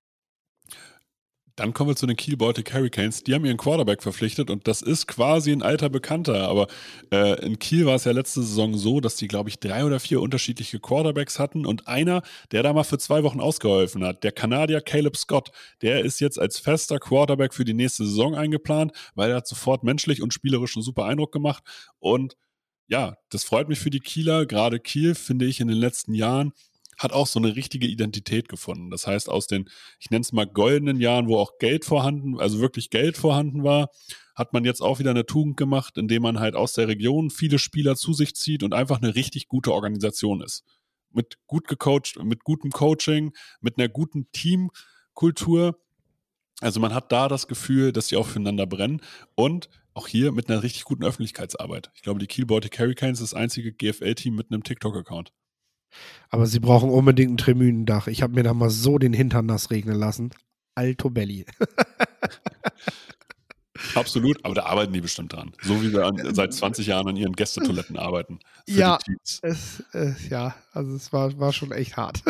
Dann kommen wir zu den Kiel Baltic Hurricanes. Die haben ihren Quarterback verpflichtet und das ist quasi ein alter Bekannter. Aber in Kiel war es ja letzte Saison so, dass die, glaube ich, 3 oder 4 unterschiedliche Quarterbacks hatten und einer, der da mal für 2 Wochen ausgeholfen hat, der Kanadier Caleb Scott, der ist jetzt als fester Quarterback für die nächste Saison eingeplant, weil er hat sofort menschlich und spielerisch einen super Eindruck gemacht. Und ja, das freut mich für die Kieler. Gerade Kiel, finde ich, in den letzten Jahren hat auch so eine richtige Identität gefunden. Das heißt, aus den, ich nenne es mal goldenen Jahren, wo auch Geld vorhanden, also wirklich Geld vorhanden war, hat man jetzt auch wieder eine Tugend gemacht, indem man halt aus der Region viele Spieler zu sich zieht und einfach eine richtig gute Organisation ist. Mit gut gecoacht, mit gutem Coaching, mit einer guten Teamkultur. Also man hat da das Gefühl, dass die auch füreinander brennen und auch hier mit einer richtig guten Öffentlichkeitsarbeit. Ich glaube, die Kiel Baltic Hurricanes ist das einzige GFL-Team mit einem TikTok-Account. Aber sie brauchen unbedingt ein Tribünendach. Ich habe mir da mal so den Hintern nass regnen lassen. Alto Belli. Absolut, aber da arbeiten die bestimmt dran. So wie wir seit 20 Jahren an ihren Gästetoiletten arbeiten. Ja, also es war schon echt hart.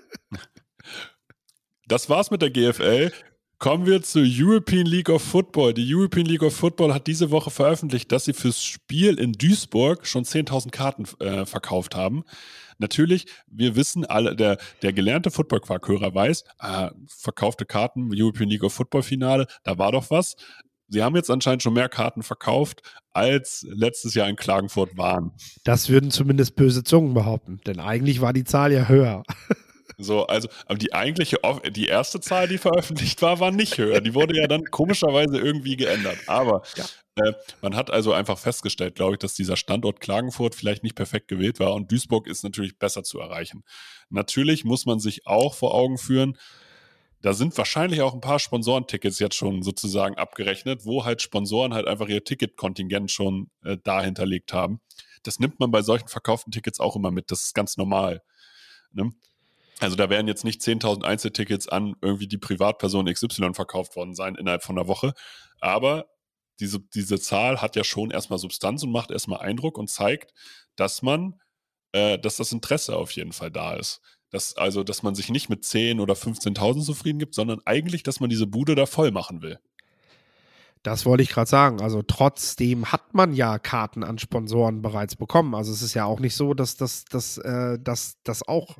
Das war's mit der GFL. Kommen wir zur European League of Football. Die European League of Football hat diese Woche veröffentlicht, dass sie fürs Spiel in Duisburg schon 10.000 Karten verkauft haben. Natürlich, wir wissen alle, der gelernte Football-Quark-Hörer weiß, verkaufte Karten, European League of Football Finale, da war doch was. Sie haben jetzt anscheinend schon mehr Karten verkauft, als letztes Jahr in Klagenfurt waren. Das würden zumindest böse Zungen behaupten, denn eigentlich war die Zahl ja höher. So, also, aber die erste Zahl, die veröffentlicht war nicht höher. Die wurde ja dann komischerweise irgendwie geändert. Aber man hat also einfach festgestellt, glaube ich, dass dieser Standort Klagenfurt vielleicht nicht perfekt gewählt war und Duisburg ist natürlich besser zu erreichen. Natürlich muss man sich auch vor Augen führen, da sind wahrscheinlich auch ein paar Sponsorentickets jetzt schon sozusagen abgerechnet, wo halt Sponsoren halt einfach ihr Ticketkontingent schon da hinterlegt haben. das nimmt man bei solchen verkauften Tickets auch immer mit. Das ist ganz normal. Ne? Also da werden jetzt nicht 10.000 Einzeltickets an irgendwie die Privatperson XY verkauft worden sein innerhalb von einer Woche. Aber diese Zahl hat ja schon erstmal Substanz und macht erstmal Eindruck und zeigt, dass dass das Interesse auf jeden Fall da ist. Dass man sich nicht mit 10.000 oder 15.000 zufrieden gibt, sondern eigentlich, dass man diese Bude da voll machen will. Das wollte ich gerade sagen. Also trotzdem hat man ja Karten an Sponsoren bereits bekommen. Also es ist ja auch nicht so, dass das auch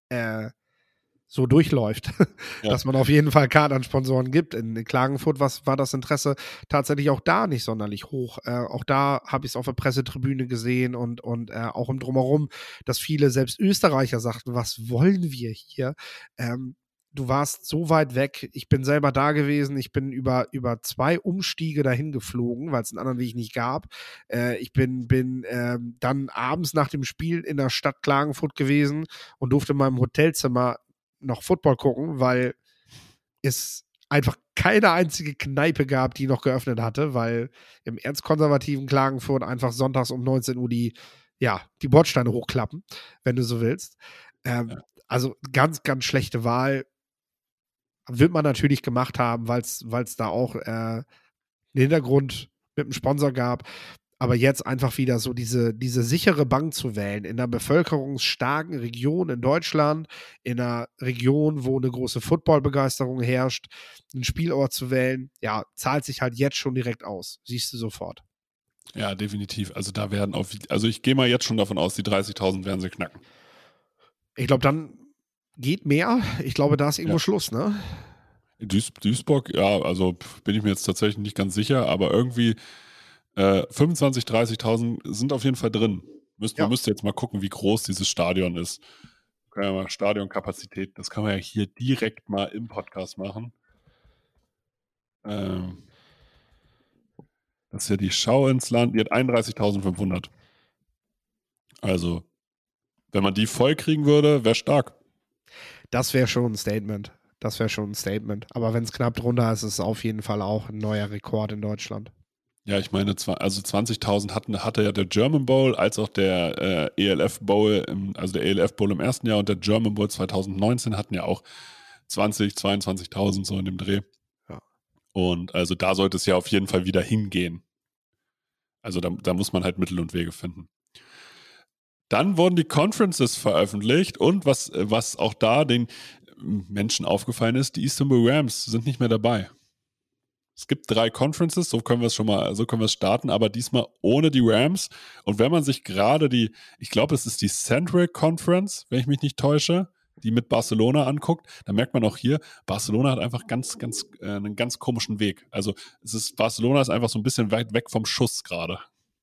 so durchläuft, Ja. dass man auf jeden Fall Karten an Sponsoren gibt. In Klagenfurt war das Interesse tatsächlich auch da nicht sonderlich hoch. Auch da habe ich es auf der Pressetribüne gesehen und auch im Drumherum, dass viele, selbst Österreicher, sagten, was wollen wir hier? Du warst so weit weg. Ich bin selber da gewesen. Ich bin über 2 Umstiege dahin geflogen, weil es einen anderen Weg nicht gab. Ich bin dann abends nach dem Spiel in der Stadt Klagenfurt gewesen und durfte in meinem Hotelzimmer noch Football gucken, weil es einfach keine einzige Kneipe gab, die noch geöffnet hatte, weil im erzkonservativen Klagenfurt einfach sonntags um 19 Uhr die Bordsteine hochklappen, wenn du so willst. Also ganz, ganz schlechte Wahl. Wird man natürlich gemacht haben, weil es da auch einen Hintergrund mit dem Sponsor gab. Aber jetzt einfach wieder so diese sichere Bank zu wählen, in einer bevölkerungsstarken Region in Deutschland, in einer Region, wo eine große Footballbegeisterung herrscht, einen Spielort zu wählen, ja, zahlt sich halt jetzt schon direkt aus. Siehst du sofort. Ja, definitiv. Also ich gehe mal jetzt schon davon aus, die 30.000 werden sie knacken. Ich glaube, dann geht mehr. Ich glaube, da ist irgendwo Schluss, ne? Duisburg, ja, also bin ich mir jetzt tatsächlich nicht ganz sicher, aber irgendwie 25.000, 30.000 sind auf jeden Fall drin. Man müsste jetzt mal gucken, wie groß dieses Stadion ist. Können wir mal Stadionkapazität, das kann man ja hier direkt mal im Podcast machen. Das ist ja die Schau ins Land, die hat 31.500. Also, wenn man die voll kriegen würde, wäre stark. Das wäre schon ein Statement. Aber wenn es knapp drunter ist, ist es auf jeden Fall auch ein neuer Rekord in Deutschland. Ja, ich meine, also 20.000 hatte ja der German Bowl als auch der ELF Bowl, also der ELF Bowl im ersten Jahr und der German Bowl 2019 hatten ja auch 22.000 so in dem Dreh. Ja. Und also da sollte es ja auf jeden Fall wieder hingehen. Also da muss man halt Mittel und Wege finden. Dann wurden die Conferences veröffentlicht und was auch da den Menschen aufgefallen ist, die Istanbul Rams sind nicht mehr dabei. Es gibt 3 Conferences, so können wir es starten, aber diesmal ohne die Rams. Und wenn man sich gerade ich glaube, es ist die Central Conference, wenn ich mich nicht täusche, die mit Barcelona anguckt, dann merkt man auch hier, Barcelona hat einfach einen ganz komischen Weg. Also Barcelona ist einfach so ein bisschen weit weg vom Schuss gerade.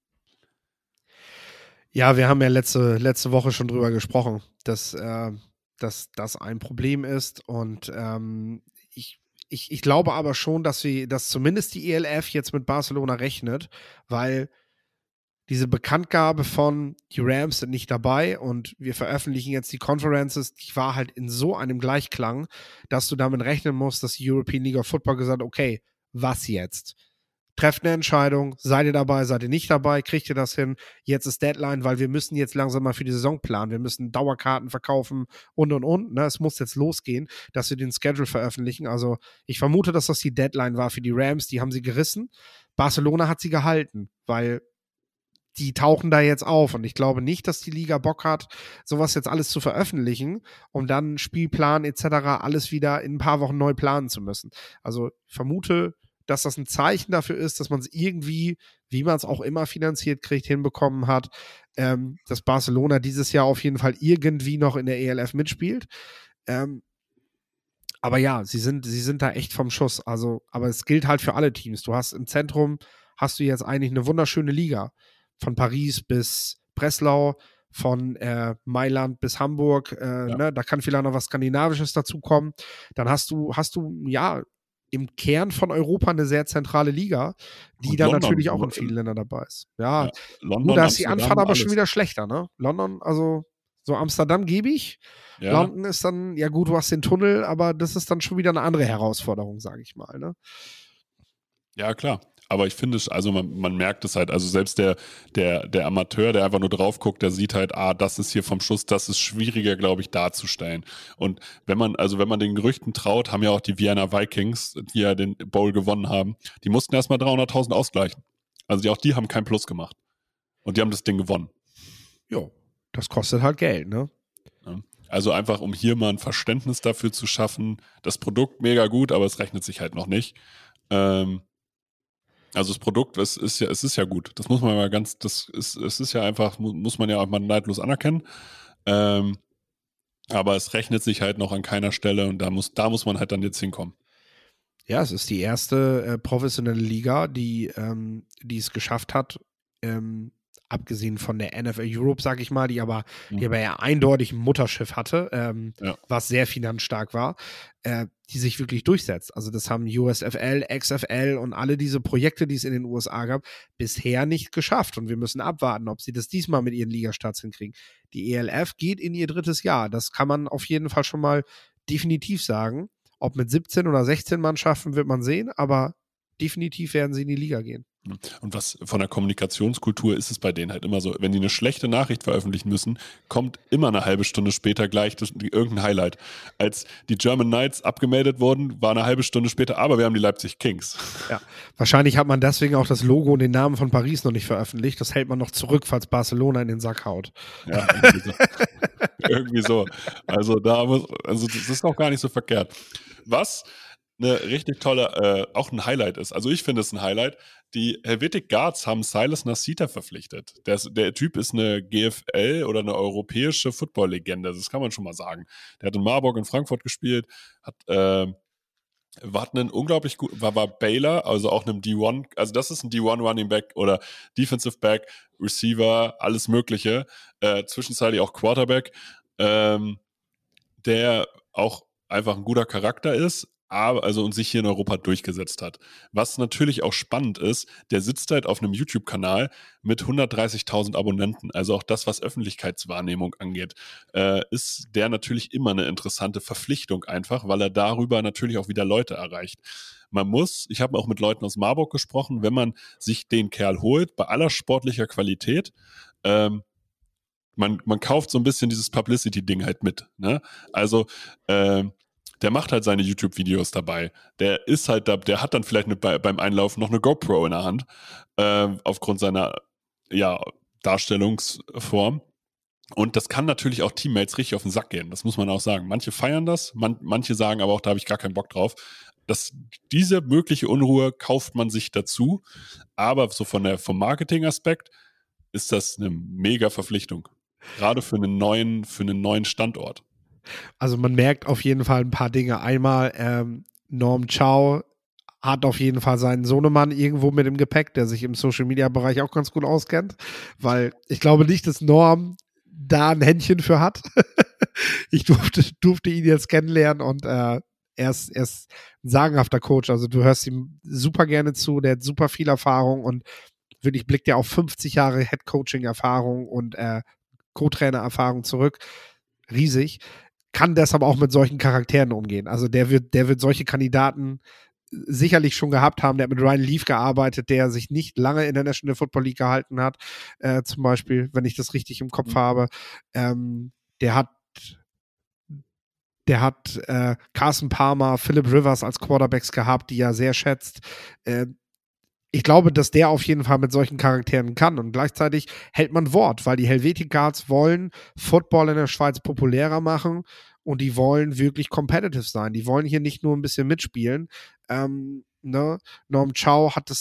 Ja, wir haben ja letzte Woche schon drüber gesprochen, dass das ein Problem ist und ich glaube aber schon, dass zumindest die ELF jetzt mit Barcelona rechnet, weil diese Bekanntgabe von die Rams sind nicht dabei und wir veröffentlichen jetzt die Conferences, die war halt in so einem Gleichklang, dass du damit rechnen musst, dass die European League of Football gesagt hat, okay, was jetzt? Trefft eine Entscheidung, seid ihr dabei, seid ihr nicht dabei, kriegt ihr das hin, jetzt ist Deadline, weil wir müssen jetzt langsam mal für die Saison planen, wir müssen Dauerkarten verkaufen und, ne? Es muss jetzt losgehen, dass wir den Schedule veröffentlichen, also ich vermute, dass das die Deadline war für die Rams, die haben sie gerissen, Barcelona hat sie gehalten, weil die tauchen da jetzt auf und ich glaube nicht, dass die Liga Bock hat, sowas jetzt alles zu veröffentlichen, um dann Spielplan etc. alles wieder in ein paar Wochen neu planen zu müssen. Also ich vermute, dass das ein Zeichen dafür ist, dass man es irgendwie, wie man es auch immer finanziert kriegt, hinbekommen hat, dass Barcelona dieses Jahr auf jeden Fall irgendwie noch in der ELF mitspielt. Aber ja, sie sind da echt vom Schuss. Also, aber es gilt halt für alle Teams. Du hast im Zentrum, hast du jetzt eigentlich eine wunderschöne Liga. Von Paris bis Breslau, von Mailand bis Hamburg. Ne, da kann vielleicht noch was Skandinavisches dazukommen. Dann hast du ja im Kern von Europa eine sehr zentrale Liga, die dann London, natürlich auch in vielen Ländern dabei ist. Ja, London, da ist die Amsterdam, Anfahrt aber alles. schon wieder schlechter, ne? London, also so Amsterdam gebe ich. Ja. London ist dann, ja gut, du hast den Tunnel, aber das ist dann schon wieder eine andere Herausforderung, sage ich mal, ne? Ja, klar. Aber ich finde, also man merkt es halt, also selbst der Amateur, der einfach nur drauf guckt, der sieht halt, das ist hier vom Schuss, das ist schwieriger, glaube ich, darzustellen. Und wenn man den Gerüchten traut, haben ja auch die Vienna Vikings, die ja den Bowl gewonnen haben, die mussten erstmal 300.000 ausgleichen. Also auch die haben kein Plus gemacht. Und die haben das Ding gewonnen. Jo, das kostet halt Geld, ne? Ja. Also einfach, um hier mal ein Verständnis dafür zu schaffen, das Produkt mega gut, aber es rechnet sich halt noch nicht. Also das Produkt, es ist ja gut. Das muss man mal es ist ja einfach, muss man ja auch mal neidlos anerkennen. Aber es rechnet sich halt noch an keiner Stelle und da muss man halt dann jetzt hinkommen. Ja, es ist die erste professionelle Liga, die es geschafft hat, abgesehen von der NFL Europe, sag ich mal, die aber ja eindeutig ein Mutterschiff hatte, was sehr finanzstark war, die sich wirklich durchsetzt. Also das haben USFL, XFL und alle diese Projekte, die es in den USA gab, bisher nicht geschafft. Und wir müssen abwarten, ob sie das diesmal mit ihren Ligastarts hinkriegen. Die ELF geht in ihr 3. Jahr. Das kann man auf jeden Fall schon mal definitiv sagen. Ob mit 17 oder 16 Mannschaften wird man sehen, aber definitiv werden sie in die Liga gehen. Und was von der Kommunikationskultur ist es bei denen halt immer so, wenn die eine schlechte Nachricht veröffentlichen müssen, kommt immer eine halbe Stunde später gleich irgendein Highlight. Als die German Knights abgemeldet wurden, war eine halbe Stunde später, aber wir haben die Leipzig Kings. Ja, wahrscheinlich hat man deswegen auch das Logo und den Namen von Paris noch nicht veröffentlicht. Das hält man noch zurück, falls Barcelona in den Sack haut. Ja, irgendwie so. Also das ist auch gar nicht so verkehrt. Was eine richtig tolle, auch ein Highlight ist. Also ich finde es ein Highlight. Die Helvetic Guards haben Silas Nasita verpflichtet. Der Typ ist eine GFL oder eine europäische Football-Legende. Das kann man schon mal sagen. Der hat in Marburg in Frankfurt gespielt, hat einen unglaublich gut, war Baylor, also auch einem D1, also das ist ein D1 Running Back oder Defensive Back, Receiver, alles Mögliche, zwischenzeitlich auch Quarterback, der auch einfach ein guter Charakter ist, aber und sich hier in Europa durchgesetzt hat. Was natürlich auch spannend ist, der sitzt halt auf einem YouTube-Kanal mit 130.000 Abonnenten. Also auch das, was Öffentlichkeitswahrnehmung angeht, ist der natürlich immer eine interessante Verpflichtung einfach, weil er darüber natürlich auch wieder Leute erreicht. Ich habe auch mit Leuten aus Marburg gesprochen, wenn man sich den Kerl holt, bei aller sportlicher Qualität, man kauft so ein bisschen dieses Publicity-Ding halt mit. Ne? Also der macht halt seine YouTube-Videos dabei. Der ist halt da, der hat dann vielleicht beim Einlaufen noch eine GoPro in der Hand, aufgrund seiner Darstellungsform. Und das kann natürlich auch Teammates richtig auf den Sack gehen. Das muss man auch sagen. Manche feiern das, manche sagen aber auch, da habe ich gar keinen Bock drauf. Diese mögliche Unruhe kauft man sich dazu. Aber so vom Marketing-Aspekt ist das eine mega Verpflichtung. Gerade für einen neuen Standort. Also man merkt auf jeden Fall ein paar Dinge. Einmal, Norm Chow hat auf jeden Fall seinen Sohnemann irgendwo mit im Gepäck, der sich im Social-Media-Bereich auch ganz gut auskennt, weil ich glaube nicht, dass Norm da ein Händchen für hat. Ich durfte ihn jetzt kennenlernen und er ist ein sagenhafter Coach. Also du hörst ihm super gerne zu, der hat super viel Erfahrung und wirklich blickt ja auf 50 Jahre Head-Coaching-Erfahrung und Co-Trainer-Erfahrung zurück. Riesig. Kann deshalb auch mit solchen Charakteren umgehen. Also der wird solche Kandidaten sicherlich schon gehabt haben. Der hat mit Ryan Leaf gearbeitet, der sich nicht lange in der National Football League gehalten hat. Zum Beispiel, wenn ich das richtig im Kopf habe. Der hat Carson Palmer, Philip Rivers als Quarterbacks gehabt, die er sehr schätzt. Ich glaube, dass der auf jeden Fall mit solchen Charakteren kann und gleichzeitig hält man Wort, weil die Helvetic Guards wollen Football in der Schweiz populärer machen und die wollen wirklich competitive sein. Die wollen hier nicht nur ein bisschen mitspielen. Norm Chow hat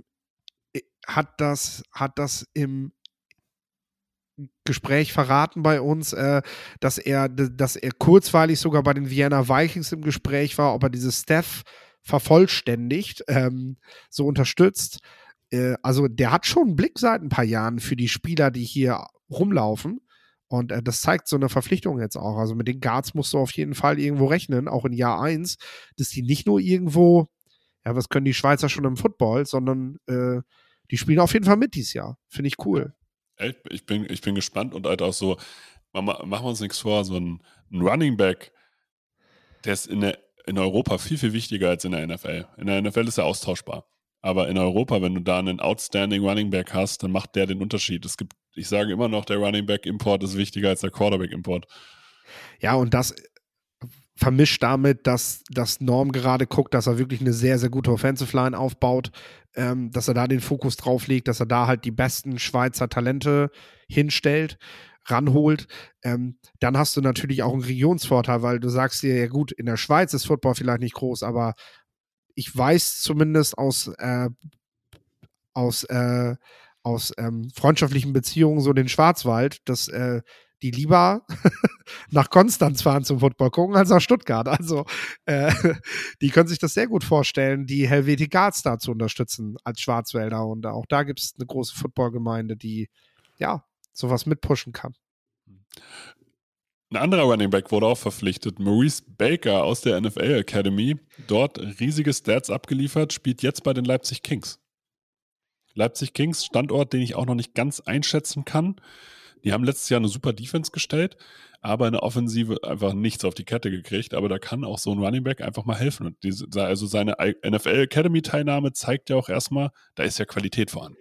das im Gespräch verraten bei uns, dass er kurzweilig sogar bei den Vienna Vikings im Gespräch war, ob er dieses Staff vervollständigt, so unterstützt. Also der hat schon einen Blick seit ein paar Jahren für die Spieler, die hier rumlaufen. Und das zeigt so eine Verpflichtung jetzt auch. Also mit den Guards musst du auf jeden Fall irgendwo rechnen, auch in Jahr 1, dass die nicht nur irgendwo, ja, was können die Schweizer schon im Football, sondern die spielen auf jeden Fall mit dieses Jahr. Finde ich cool. Ich bin gespannt und halt auch so, machen wir uns nichts vor, so ein Running Back, der ist in Europa viel, viel wichtiger als in der NFL. In der NFL ist er austauschbar. Aber in Europa, wenn du da einen outstanding Running Back hast, dann macht der den Unterschied. Ich sage immer noch, der Running Back Import ist wichtiger als der Quarterback Import. Ja, und das vermischt damit, dass Norm gerade guckt, dass er wirklich eine sehr, sehr gute Offensive Line aufbaut, dass er da den Fokus drauf legt, dass er da halt die besten Schweizer Talente hinstellt, ranholt. Dann hast du natürlich auch einen Regionsvorteil, weil du sagst dir, ja gut, in der Schweiz ist Football vielleicht nicht groß, aber ich weiß zumindest aus freundschaftlichen Beziehungen so den Schwarzwald, dass die lieber nach Konstanz fahren zum Football gucken als nach Stuttgart. Also die können sich das sehr gut vorstellen, die Helvetic da zu unterstützen als Schwarzwälder. Und auch da gibt es eine große Footballgemeinde, die ja sowas mitpushen kann. Ein anderer Running Back wurde auch verpflichtet, Maurice Baker aus der NFL Academy. Dort riesige Stats abgeliefert, spielt jetzt bei den Leipzig Kings. Leipzig Kings, Standort, den ich auch noch nicht ganz einschätzen kann. Die haben letztes Jahr eine super Defense gestellt, aber in der Offensive einfach nichts auf die Kette gekriegt. Aber da kann auch so ein Running Back einfach mal helfen. Und also seine NFL Academy Teilnahme zeigt ja auch erstmal, da ist ja Qualität vorhanden.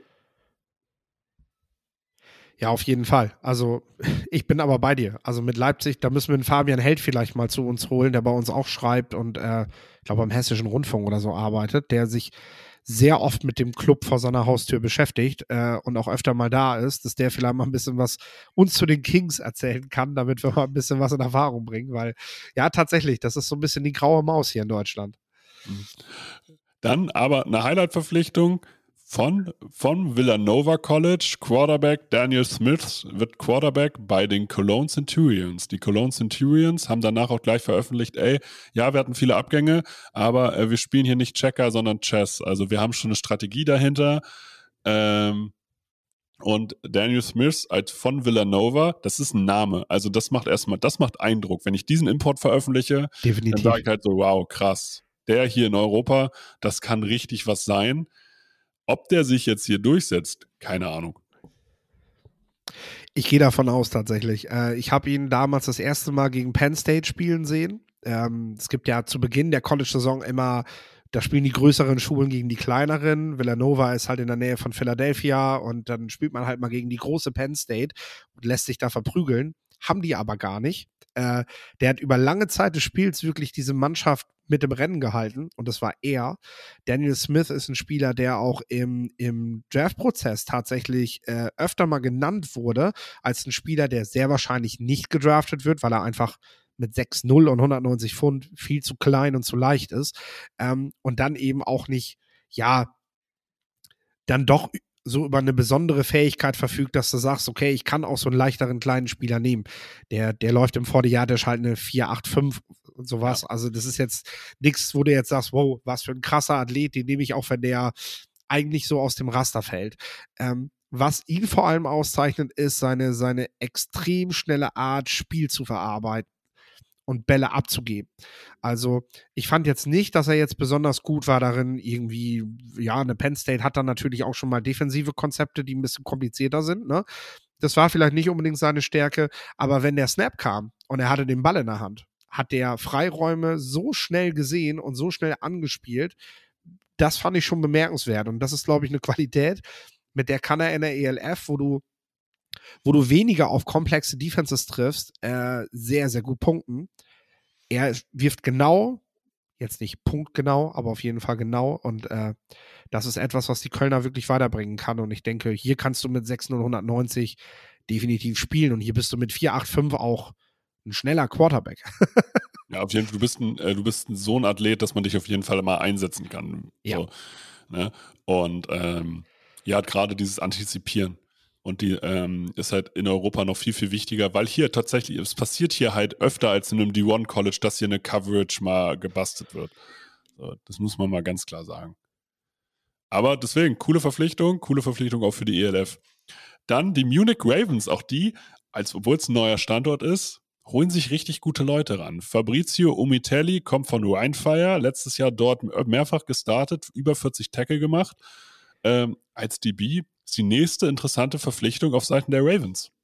Ja, auf jeden Fall. Also ich bin aber bei dir. Also mit Leipzig, da müssen wir einen Fabian Held vielleicht mal zu uns holen, der bei uns auch schreibt und ich glaube am Hessischen Rundfunk oder so arbeitet, der sich sehr oft mit dem Club vor seiner Haustür beschäftigt und auch öfter mal da ist, dass der vielleicht mal ein bisschen was uns zu den Kings erzählen kann, damit wir mal ein bisschen was in Erfahrung bringen, weil ja, tatsächlich, das ist so ein bisschen die graue Maus hier in Deutschland. Dann aber eine Highlight-Verpflichtung von Villanova College. Quarterback Daniel Smith wird Quarterback bei den Cologne Centurions. Die Cologne Centurions haben danach auch gleich veröffentlicht, ja, wir hatten viele Abgänge, aber wir spielen hier nicht Checker, sondern Chess. Also wir haben schon eine Strategie dahinter. Und Daniel Smith von Villanova, das ist ein Name. Also das macht Eindruck. Wenn ich diesen Import veröffentliche, definitiv, dann sage ich halt so, wow, krass. Der hier in Europa, das kann richtig was sein. Ob der sich jetzt hier durchsetzt, keine Ahnung. Ich gehe davon aus tatsächlich. Ich habe ihn damals das erste Mal gegen Penn State spielen sehen. Es gibt ja zu Beginn der College-Saison immer, da spielen die größeren Schulen gegen die kleineren. Villanova ist halt in der Nähe von Philadelphia und dann spielt man halt mal gegen die große Penn State und lässt sich da verprügeln. Haben die aber gar nicht. Der hat über lange Zeit des Spiels wirklich diese Mannschaft mit dem Rennen gehalten und das war er. Daniel Smith ist ein Spieler, der auch im Draft-Prozess tatsächlich öfter mal genannt wurde als ein Spieler, der sehr wahrscheinlich nicht gedraftet wird, weil er einfach mit 6'0 und 190 Pfund viel zu klein und zu leicht ist und dann eben auch nicht, ja, dann doch so über eine besondere Fähigkeit verfügt, dass du sagst, okay, ich kann auch so einen leichteren kleinen Spieler nehmen. Der läuft im 40 der ist halt eine 4,85 und sowas. Ja. Also das ist jetzt nichts, wo du jetzt sagst, wow, was für ein krasser Athlet, den nehme ich auch, wenn der eigentlich so aus dem Raster fällt. Was ihn vor allem auszeichnet, ist seine extrem schnelle Art, Spiel zu verarbeiten und Bälle abzugeben. Also ich fand jetzt nicht, dass er jetzt besonders gut war darin, irgendwie, ja, eine Penn State hat dann natürlich auch schon mal defensive Konzepte, die ein bisschen komplizierter sind, ne? Das war vielleicht nicht unbedingt seine Stärke, aber wenn der Snap kam und er hatte den Ball in der Hand, hat der Freiräume so schnell gesehen und so schnell angespielt, das fand ich schon bemerkenswert und das ist, glaube ich, eine Qualität, mit der kann er in der ELF, wo du weniger auf komplexe Defenses triffst, sehr, sehr gut punkten. Er wirft genau, jetzt nicht punktgenau, aber auf jeden Fall genau und das ist etwas, was die Kölner wirklich weiterbringen kann und ich denke, hier kannst du mit 6'0 190 definitiv spielen und hier bist du mit 4,85 auch ein schneller Quarterback. Ja, auf jeden Fall, du bist so ein Athlet, dass man dich auf jeden Fall mal einsetzen kann. Ja. So, ne? Und ja, gerade dieses Antizipieren. Und die ist halt in Europa noch viel, viel wichtiger, weil hier tatsächlich, es passiert hier halt öfter als in einem D1-College, dass hier eine Coverage mal gebastelt wird. So, das muss man mal ganz klar sagen. Aber deswegen, coole Verpflichtung auch für die ELF. Dann die Munich Ravens, auch die, obwohl es ein neuer Standort ist, holen sich richtig gute Leute ran. Fabrizio Umitelli kommt von Rheinfire, letztes Jahr dort mehrfach gestartet, über 40 Tackle gemacht. Als DB ist die nächste interessante Verpflichtung auf Seiten der Ravens.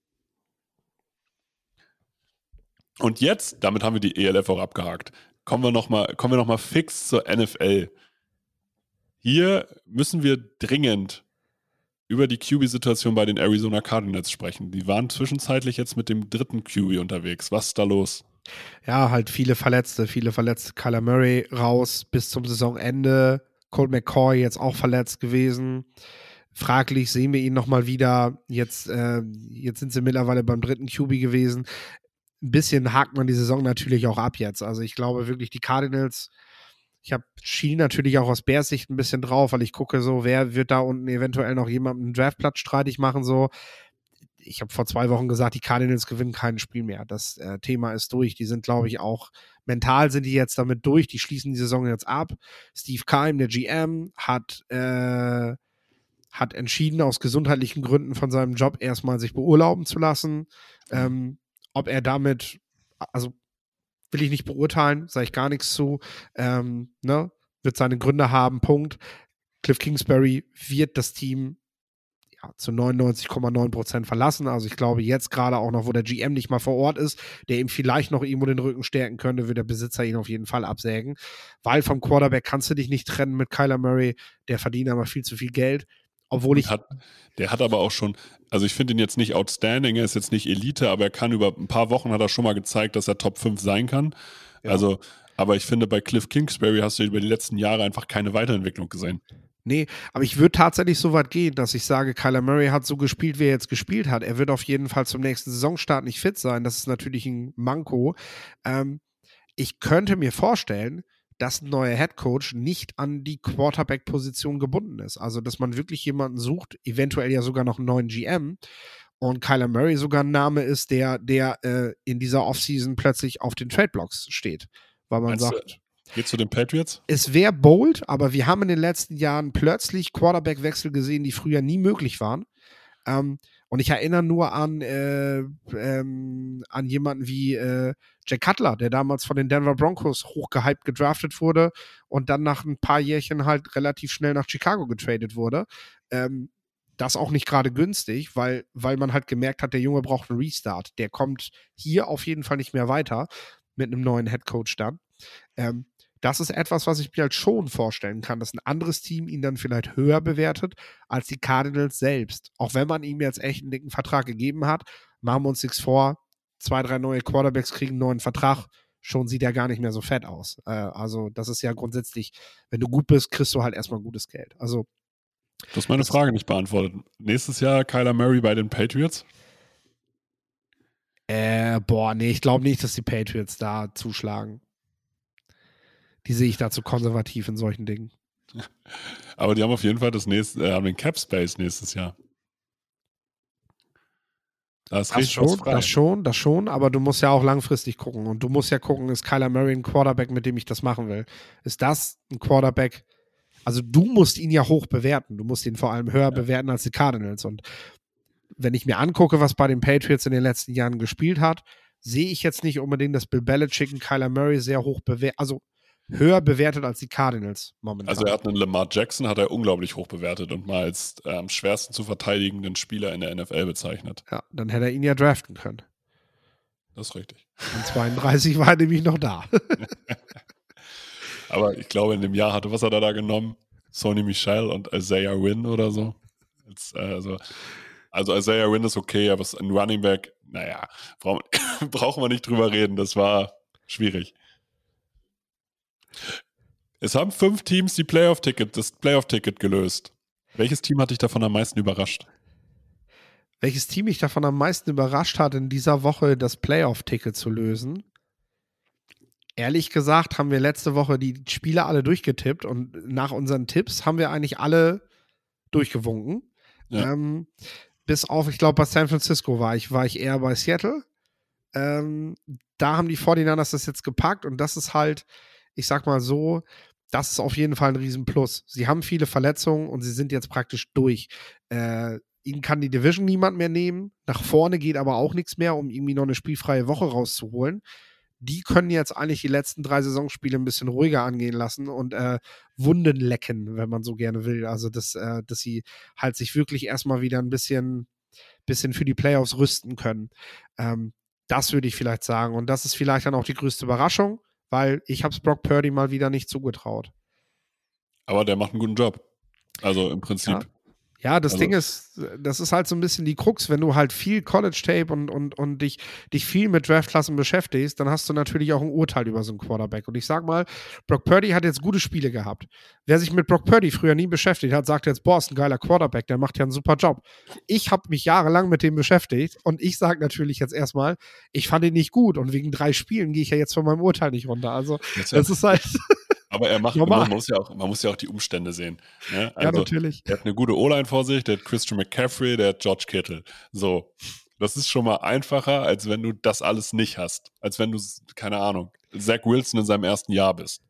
Und jetzt, damit haben wir die ELF auch abgehakt, kommen wir noch mal fix zur NFL. Hier müssen wir dringend über die QB-Situation bei den Arizona Cardinals sprechen. Die waren zwischenzeitlich jetzt mit dem 3. QB unterwegs. Was ist da los? Ja, halt viele Verletzte. Kyler Murray raus bis zum Saisonende. Colt McCoy jetzt auch verletzt gewesen. Fraglich sehen wir ihn nochmal wieder. Jetzt sind sie mittlerweile beim 3. QB gewesen. Ein bisschen hakt man die Saison natürlich auch ab jetzt. Also ich glaube wirklich, die Cardinals, schiel natürlich auch aus Bears Sicht ein bisschen drauf, weil ich gucke so, wer wird da unten eventuell noch jemanden einen Draftplatz streitig machen, so. Ich habe vor 2 Wochen gesagt, die Cardinals gewinnen kein Spiel mehr. Das Thema ist durch. Die sind, glaube ich, auch mental sind die jetzt damit durch. Die schließen die Saison jetzt ab. Steve Keim, der GM, hat entschieden, aus gesundheitlichen Gründen von seinem Job erstmal sich beurlauben zu lassen. Ob er damit, also will ich nicht beurteilen, sage ich gar nichts zu, wird seine Gründe haben, Punkt. Cliff Kingsbury wird das Team zu 99,9% verlassen. Also ich glaube jetzt gerade auch noch, wo der GM nicht mal vor Ort ist, der ihm vielleicht noch irgendwo den Rücken stärken könnte, wird der Besitzer ihn auf jeden Fall absägen. Weil vom Quarterback kannst du dich nicht trennen mit Kyler Murray, der verdient aber viel zu viel Geld. Obwohl der hat aber auch schon, also ich finde ihn jetzt nicht outstanding, er ist jetzt nicht Elite, aber er kann über ein paar Wochen hat er schon mal gezeigt, dass er Top 5 sein kann. Ja. Also, aber ich finde, bei Cliff Kingsbury hast du über die letzten Jahre einfach keine Weiterentwicklung gesehen. Nee, aber ich würde tatsächlich so weit gehen, dass ich sage, Kyler Murray hat so gespielt, wie er jetzt gespielt hat. Er wird auf jeden Fall zum nächsten Saisonstart nicht fit sein. Das ist natürlich ein Manko. Ich könnte mir vorstellen, dass ein neuer Headcoach nicht an die Quarterback-Position gebunden ist. Also, dass man wirklich jemanden sucht, eventuell ja sogar noch einen neuen GM und Kyler Murray sogar ein Name ist, der in dieser Offseason plötzlich auf den Trade-Blocks steht. Weil man sagt, geht zu den Patriots? Es wäre bold, aber wir haben in den letzten Jahren plötzlich Quarterback-Wechsel gesehen, die früher nie möglich waren. Und ich erinnere nur an jemanden wie Jack Cutler, der damals von den Denver Broncos hochgehypt gedraftet wurde und dann nach ein paar Jährchen halt relativ schnell nach Chicago getradet wurde. Das auch nicht gerade günstig, weil man halt gemerkt hat, der Junge braucht einen Restart. Der kommt hier auf jeden Fall nicht mehr weiter mit einem neuen Headcoach dann. Das ist etwas, was ich mir halt schon vorstellen kann, dass ein anderes Team ihn dann vielleicht höher bewertet als die Cardinals selbst. Auch wenn man ihm jetzt echt einen dicken Vertrag gegeben hat, machen wir uns nichts vor, 2, 3 neue Quarterbacks kriegen einen neuen Vertrag, schon sieht er gar nicht mehr so fett aus. Also das ist ja grundsätzlich, wenn du gut bist, kriegst du halt erstmal gutes Geld. Also du hast meine Frage nicht beantwortet. Nächstes Jahr Kyler Murray bei den Patriots? Nee, ich glaube nicht, dass die Patriots da zuschlagen. Die sehe ich da zu konservativ in solchen Dingen. Aber die haben auf jeden Fall haben den Cap Space nächstes Jahr. Das schon, aber du musst ja auch langfristig gucken. Und du musst ja gucken, ist Kyler Murray ein Quarterback, mit dem ich das machen will? Ist das ein Quarterback? Also du musst ihn ja hoch bewerten. Du musst ihn vor allem höher bewerten als die Cardinals. Und wenn ich mir angucke, was bei den Patriots in den letzten Jahren gespielt hat, sehe ich jetzt nicht unbedingt, dass Bill Belichick und Kyler Murray sehr hoch bewertet, also höher bewertet als die Cardinals momentan. Also er hat einen Lamar Jackson, hat er unglaublich hoch bewertet und mal als am schwersten zu verteidigenden Spieler in der NFL bezeichnet. Ja, dann hätte er ihn ja draften können. Das ist richtig. Und 32 war er nämlich noch da. Aber ich glaube, in dem Jahr was hat er da genommen? Sony Michel und Isaiah Wynn oder so. Also Isaiah Wynn ist okay, aber ein Running Back, naja, brauchen wir nicht drüber reden. Das war schwierig. Es haben 5 Teams das Playoff-Ticket gelöst. Welches Team hat dich davon am meisten überrascht? Welches Team mich davon am meisten überrascht hat, in dieser Woche das Playoff-Ticket zu lösen? Ehrlich gesagt haben wir letzte Woche die Spiele alle durchgetippt und nach unseren Tipps haben wir eigentlich alle durchgewunken. Ja. Bis auf, ich glaube, bei San Francisco war ich eher bei Seattle. Da haben die 49ers das jetzt gepackt und das ist halt, ich sag mal so, das ist auf jeden Fall ein Riesenplus. Sie haben viele Verletzungen und sie sind jetzt praktisch durch. Ihnen kann die Division niemand mehr nehmen. Nach vorne geht aber auch nichts mehr, um irgendwie noch eine spielfreie Woche rauszuholen. Die können jetzt eigentlich die letzten 3 Saisonspiele ein bisschen ruhiger angehen lassen und Wunden lecken, wenn man so gerne will. Also, dass sie halt sich wirklich erstmal wieder ein bisschen für die Playoffs rüsten können. Das würde ich vielleicht sagen. Und das ist vielleicht dann auch die größte Überraschung, weil ich habe es Brock Purdy mal wieder nicht zugetraut. Aber der macht einen guten Job. Also im Prinzip. Ja, das Ding ist, das ist halt so ein bisschen die Krux, wenn du halt viel College-Tape und dich viel mit Draftklassen beschäftigst, dann hast du natürlich auch ein Urteil über so einen Quarterback. Und ich sag mal, Brock Purdy hat jetzt gute Spiele gehabt. Wer sich mit Brock Purdy früher nie beschäftigt hat, sagt jetzt, boah, ist ein geiler Quarterback, der macht ja einen super Job. Ich habe mich jahrelang mit dem beschäftigt und ich sage natürlich jetzt erstmal, ich fand ihn nicht gut und wegen 3 Spielen gehe ich ja jetzt von meinem Urteil nicht runter. Also, das ist halt... Aber man muss ja auch die Umstände sehen. Ne? Also, ja, natürlich. Der hat eine gute O-Line vor sich, der hat Christian McCaffrey, der hat George Kittle. So, das ist schon mal einfacher, als wenn du das alles nicht hast. Als wenn du, keine Ahnung, Zach Wilson in seinem ersten Jahr bist.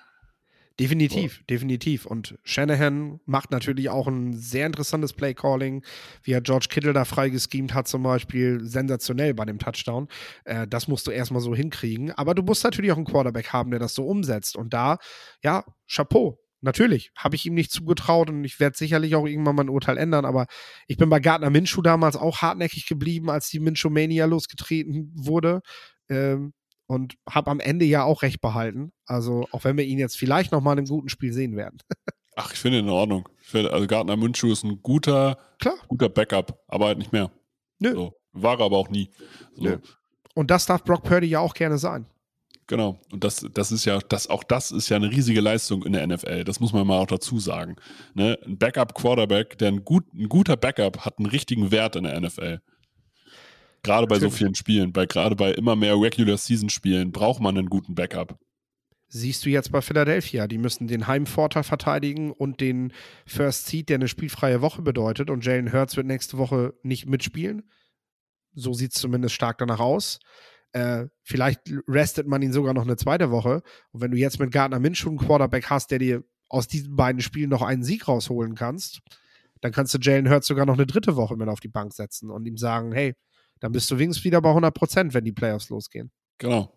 Definitiv. Und Shanahan macht natürlich auch ein sehr interessantes Play-Calling, wie er George Kittle da freigeschemt hat zum Beispiel, sensationell bei dem Touchdown. Das musst du erstmal so hinkriegen. Aber du musst natürlich auch einen Quarterback haben, der das so umsetzt. Und da, ja, Chapeau. Natürlich, habe ich ihm nicht zugetraut und ich werde sicherlich auch irgendwann mein Urteil ändern, aber ich bin bei Gardner Minshew damals auch hartnäckig geblieben, als die Minshew-Mania losgetreten wurde. Und habe am Ende ja auch recht behalten. Also, auch wenn wir ihn jetzt vielleicht noch mal in einem guten Spiel sehen werden. Ach, ich finde ihn in Ordnung. Also Gardner Minshew ist ein guter Backup, aber halt nicht mehr. Nö. So. War er aber auch nie. So. Nö. Und das darf Brock Purdy ja auch gerne sein. Genau. Und das ist ja eine riesige Leistung in der NFL. Das muss man mal auch dazu sagen. Ne? Ein Backup-Quarterback, ein guter Backup hat einen richtigen Wert in der NFL. Gerade bei so vielen Spielen, gerade bei immer mehr Regular-Season-Spielen braucht man einen guten Backup. Siehst du jetzt bei Philadelphia. Die müssen den Heimvorteil verteidigen und den First Seed, der eine spielfreie Woche bedeutet. Und Jalen Hurts wird nächste Woche nicht mitspielen. So sieht es zumindest stark danach aus. Vielleicht restet man ihn sogar noch eine zweite Woche. Und wenn du jetzt mit Gardner Minshew einen Quarterback hast, der dir aus diesen beiden Spielen noch einen Sieg rausholen kannst, dann kannst du Jalen Hurts sogar noch eine dritte Woche mit auf die Bank setzen und ihm sagen, hey, dann bist du wenigstens wieder bei 100%, wenn die Playoffs losgehen. Genau.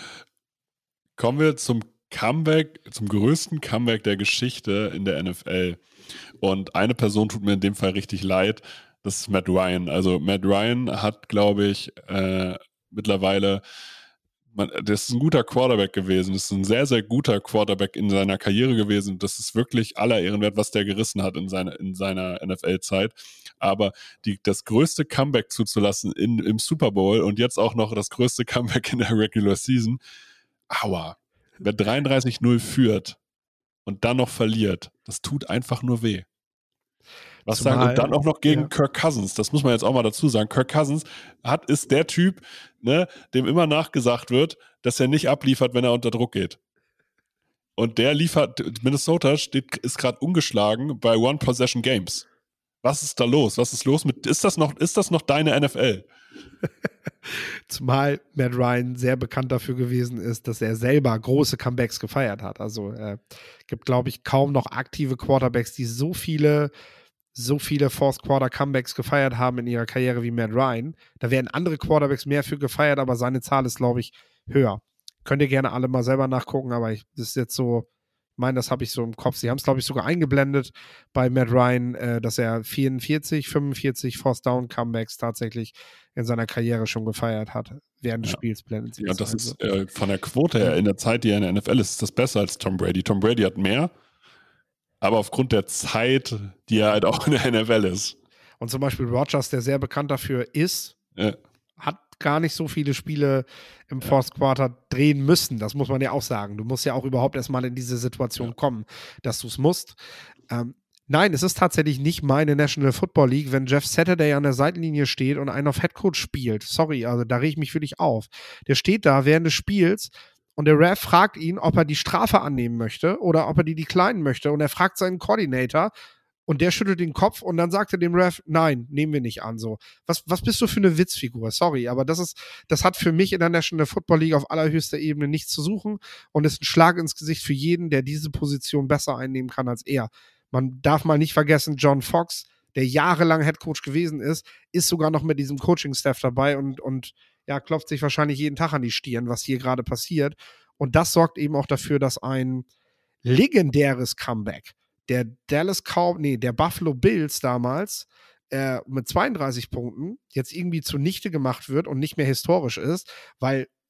Kommen wir zum Comeback, zum größten Comeback der Geschichte in der NFL. Und eine Person tut mir in dem Fall richtig leid, das ist Matt Ryan. Also Matt Ryan hat, glaube ich, mittlerweile, das ist ein guter Quarterback gewesen. Das ist ein sehr, sehr guter Quarterback in seiner Karriere gewesen. Das ist wirklich aller Ehren wert, was der gerissen hat in seiner NFL-Zeit. Aber das größte Comeback zuzulassen im Super Bowl und jetzt auch noch das größte Comeback in der Regular Season, aua. Wer 33-0 führt und dann noch verliert, das tut einfach nur weh. Und dann auch noch gegen Kirk Cousins, das muss man jetzt auch mal dazu sagen. Kirk Cousins ist der Typ, ne, dem immer nachgesagt wird, dass er nicht abliefert, wenn er unter Druck geht. Und der Minnesota ist gerade ungeschlagen bei One-Possession-Games. Was ist da los? Was ist los ist das noch deine NFL? Zumal Matt Ryan sehr bekannt dafür gewesen ist, dass er selber große Comebacks gefeiert hat. Also gibt, glaube ich, kaum noch aktive Quarterbacks, die so viele Fourth-Quarter-Comebacks gefeiert haben in ihrer Karriere wie Matt Ryan. Da werden andere Quarterbacks mehr für gefeiert, aber seine Zahl ist, glaube ich, höher. Könnt ihr gerne alle mal selber nachgucken, aber das ist jetzt so, ich meine, das habe ich so im Kopf. Sie haben es, glaube ich, sogar eingeblendet bei Matt Ryan, dass er 45 Fourth-Down-Comebacks tatsächlich in seiner Karriere schon gefeiert hat. Während des Spiels blendet sie. Ja, das ist von der Quote her, in der Zeit, die er in der NFL ist das besser als Tom Brady. Tom Brady hat mehr, aber aufgrund der Zeit, die er halt auch in der NFL ist. Und zum Beispiel Rodgers, der sehr bekannt dafür ist, hat gar nicht so viele Spiele im Fourth Quarter drehen müssen. Das muss man ja auch sagen. Du musst ja auch überhaupt erstmal in diese Situation kommen, dass du es musst. Nein, es ist tatsächlich nicht meine National Football League, wenn Jeff Saturday an der Seitenlinie steht und einen auf Headcoach spielt. Sorry, also da rege ich mich wirklich auf. Der steht da während des Spiels und der Ref fragt ihn, ob er die Strafe annehmen möchte oder ob er die declinen möchte. Und er fragt seinen Coordinator und der schüttelt den Kopf und dann sagt er dem Ref, nein, nehmen wir nicht an. So. Was bist du für eine Witzfigur? Sorry, aber das hat für mich in der National Football League auf allerhöchster Ebene nichts zu suchen und ist ein Schlag ins Gesicht für jeden, der diese Position besser einnehmen kann als er. Man darf mal nicht vergessen, John Fox, der jahrelang Headcoach gewesen ist sogar noch mit diesem Coaching-Staff dabei und ja, klopft sich wahrscheinlich jeden Tag an die Stirn, was hier gerade passiert. Und das sorgt eben auch dafür, dass ein legendäres Comeback der Buffalo Bills damals mit 32 Punkten jetzt irgendwie zunichte gemacht wird und nicht mehr historisch ist, weil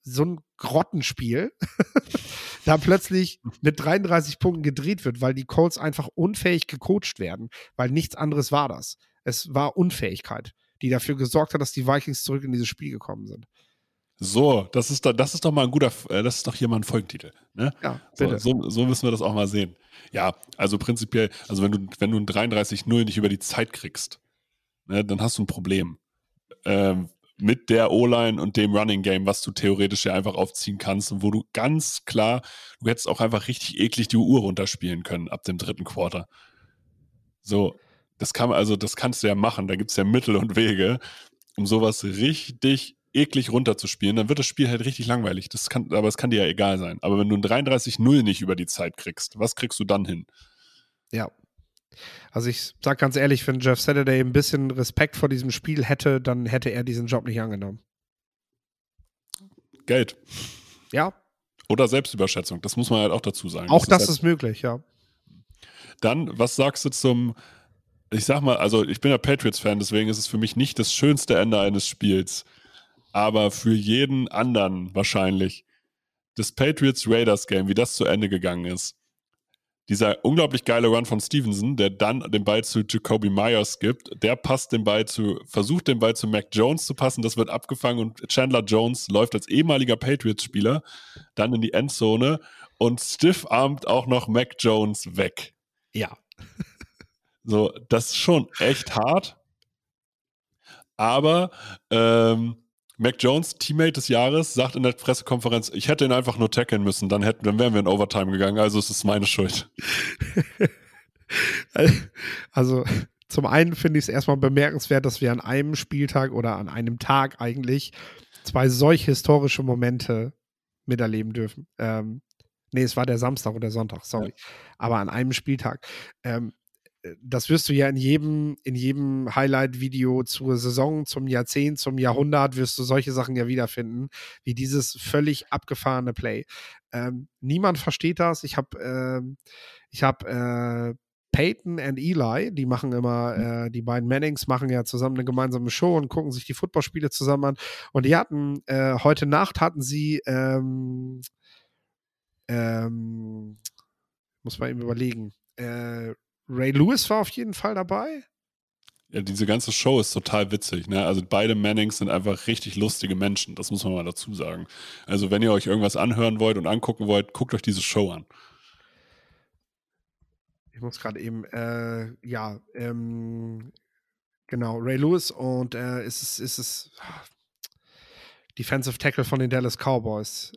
so ein Grottenspiel da plötzlich mit 33 Punkten gedreht wird, weil die Colts einfach unfähig gecoacht werden, weil nichts anderes war das. Es war Unfähigkeit, die dafür gesorgt hat, dass die Vikings zurück in dieses Spiel gekommen sind. So, das ist doch mal ein guter, das ist doch hier mal ein Folgentitel. Ne? Ja, bitte. So müssen wir das auch mal sehen. Ja, also prinzipiell, also wenn du ein 33-0 nicht über die Zeit kriegst, ne, dann hast du ein Problem. Mit der O-Line und dem Running Game, was du theoretisch ja einfach aufziehen kannst und wo du ganz klar, du hättest auch einfach richtig eklig die Uhr runterspielen können ab dem 3. Quarter. So, das kannst du ja machen, da gibt es ja Mittel und Wege, um sowas richtig eklig runterzuspielen, dann wird das Spiel halt richtig langweilig. Aber es kann dir ja egal sein. Aber wenn du ein 33-0 nicht über die Zeit kriegst, was kriegst du dann hin? Ja. Also ich sag ganz ehrlich, wenn Jeff Saturday ein bisschen Respekt vor diesem Spiel hätte, dann hätte er diesen Job nicht angenommen. Geld. Ja. Oder Selbstüberschätzung, das muss man halt auch dazu sagen. Auch das ist möglich, ja. Dann, was sagst du ich sag mal, also ich bin ja Patriots-Fan, deswegen ist es für mich nicht das schönste Ende eines Spiels, aber für jeden anderen wahrscheinlich das Patriots-Raiders-Game, wie das zu Ende gegangen ist. Dieser unglaublich geile Run von Stevenson, der dann den Ball zu Jacoby Myers gibt, der versucht den Ball zu Mac Jones zu passen, das wird abgefangen und Chandler Jones läuft als ehemaliger Patriots-Spieler dann in die Endzone und stiff-armt auch noch Mac Jones weg. Ja. So, das ist schon echt hart, aber Mac Jones, Teammate des Jahres, sagt in der Pressekonferenz, ich hätte ihn einfach nur tackeln müssen, dann wären wir in Overtime gegangen, also es ist meine Schuld. Also zum einen finde ich es erstmal bemerkenswert, dass wir an einem Spieltag oder an einem Tag eigentlich 2 solch historische Momente miterleben dürfen. Nee, es war der Samstag oder Sonntag, sorry. Ja. Aber an einem Spieltag. Das wirst du ja in jedem Highlight-Video zur Saison, zum Jahrzehnt, zum Jahrhundert, wirst du solche Sachen ja wiederfinden, wie dieses völlig abgefahrene Play. Niemand versteht das. Ich habe Peyton und Eli, die machen immer, die beiden Mannings machen ja zusammen eine gemeinsame Show und gucken sich die Footballspiele zusammen an. Und die hatten, heute Nacht hatten sie, muss man eben überlegen, Ray Lewis war auf jeden Fall dabei. Ja, diese ganze Show ist total witzig, ne? Also beide Mannings sind einfach richtig lustige Menschen, das muss man mal dazu sagen. Also wenn ihr euch irgendwas anhören wollt und angucken wollt, guckt euch diese Show an. Ich muss gerade eben, genau, Ray Lewis und ist es Defensive Tackle von den Dallas Cowboys.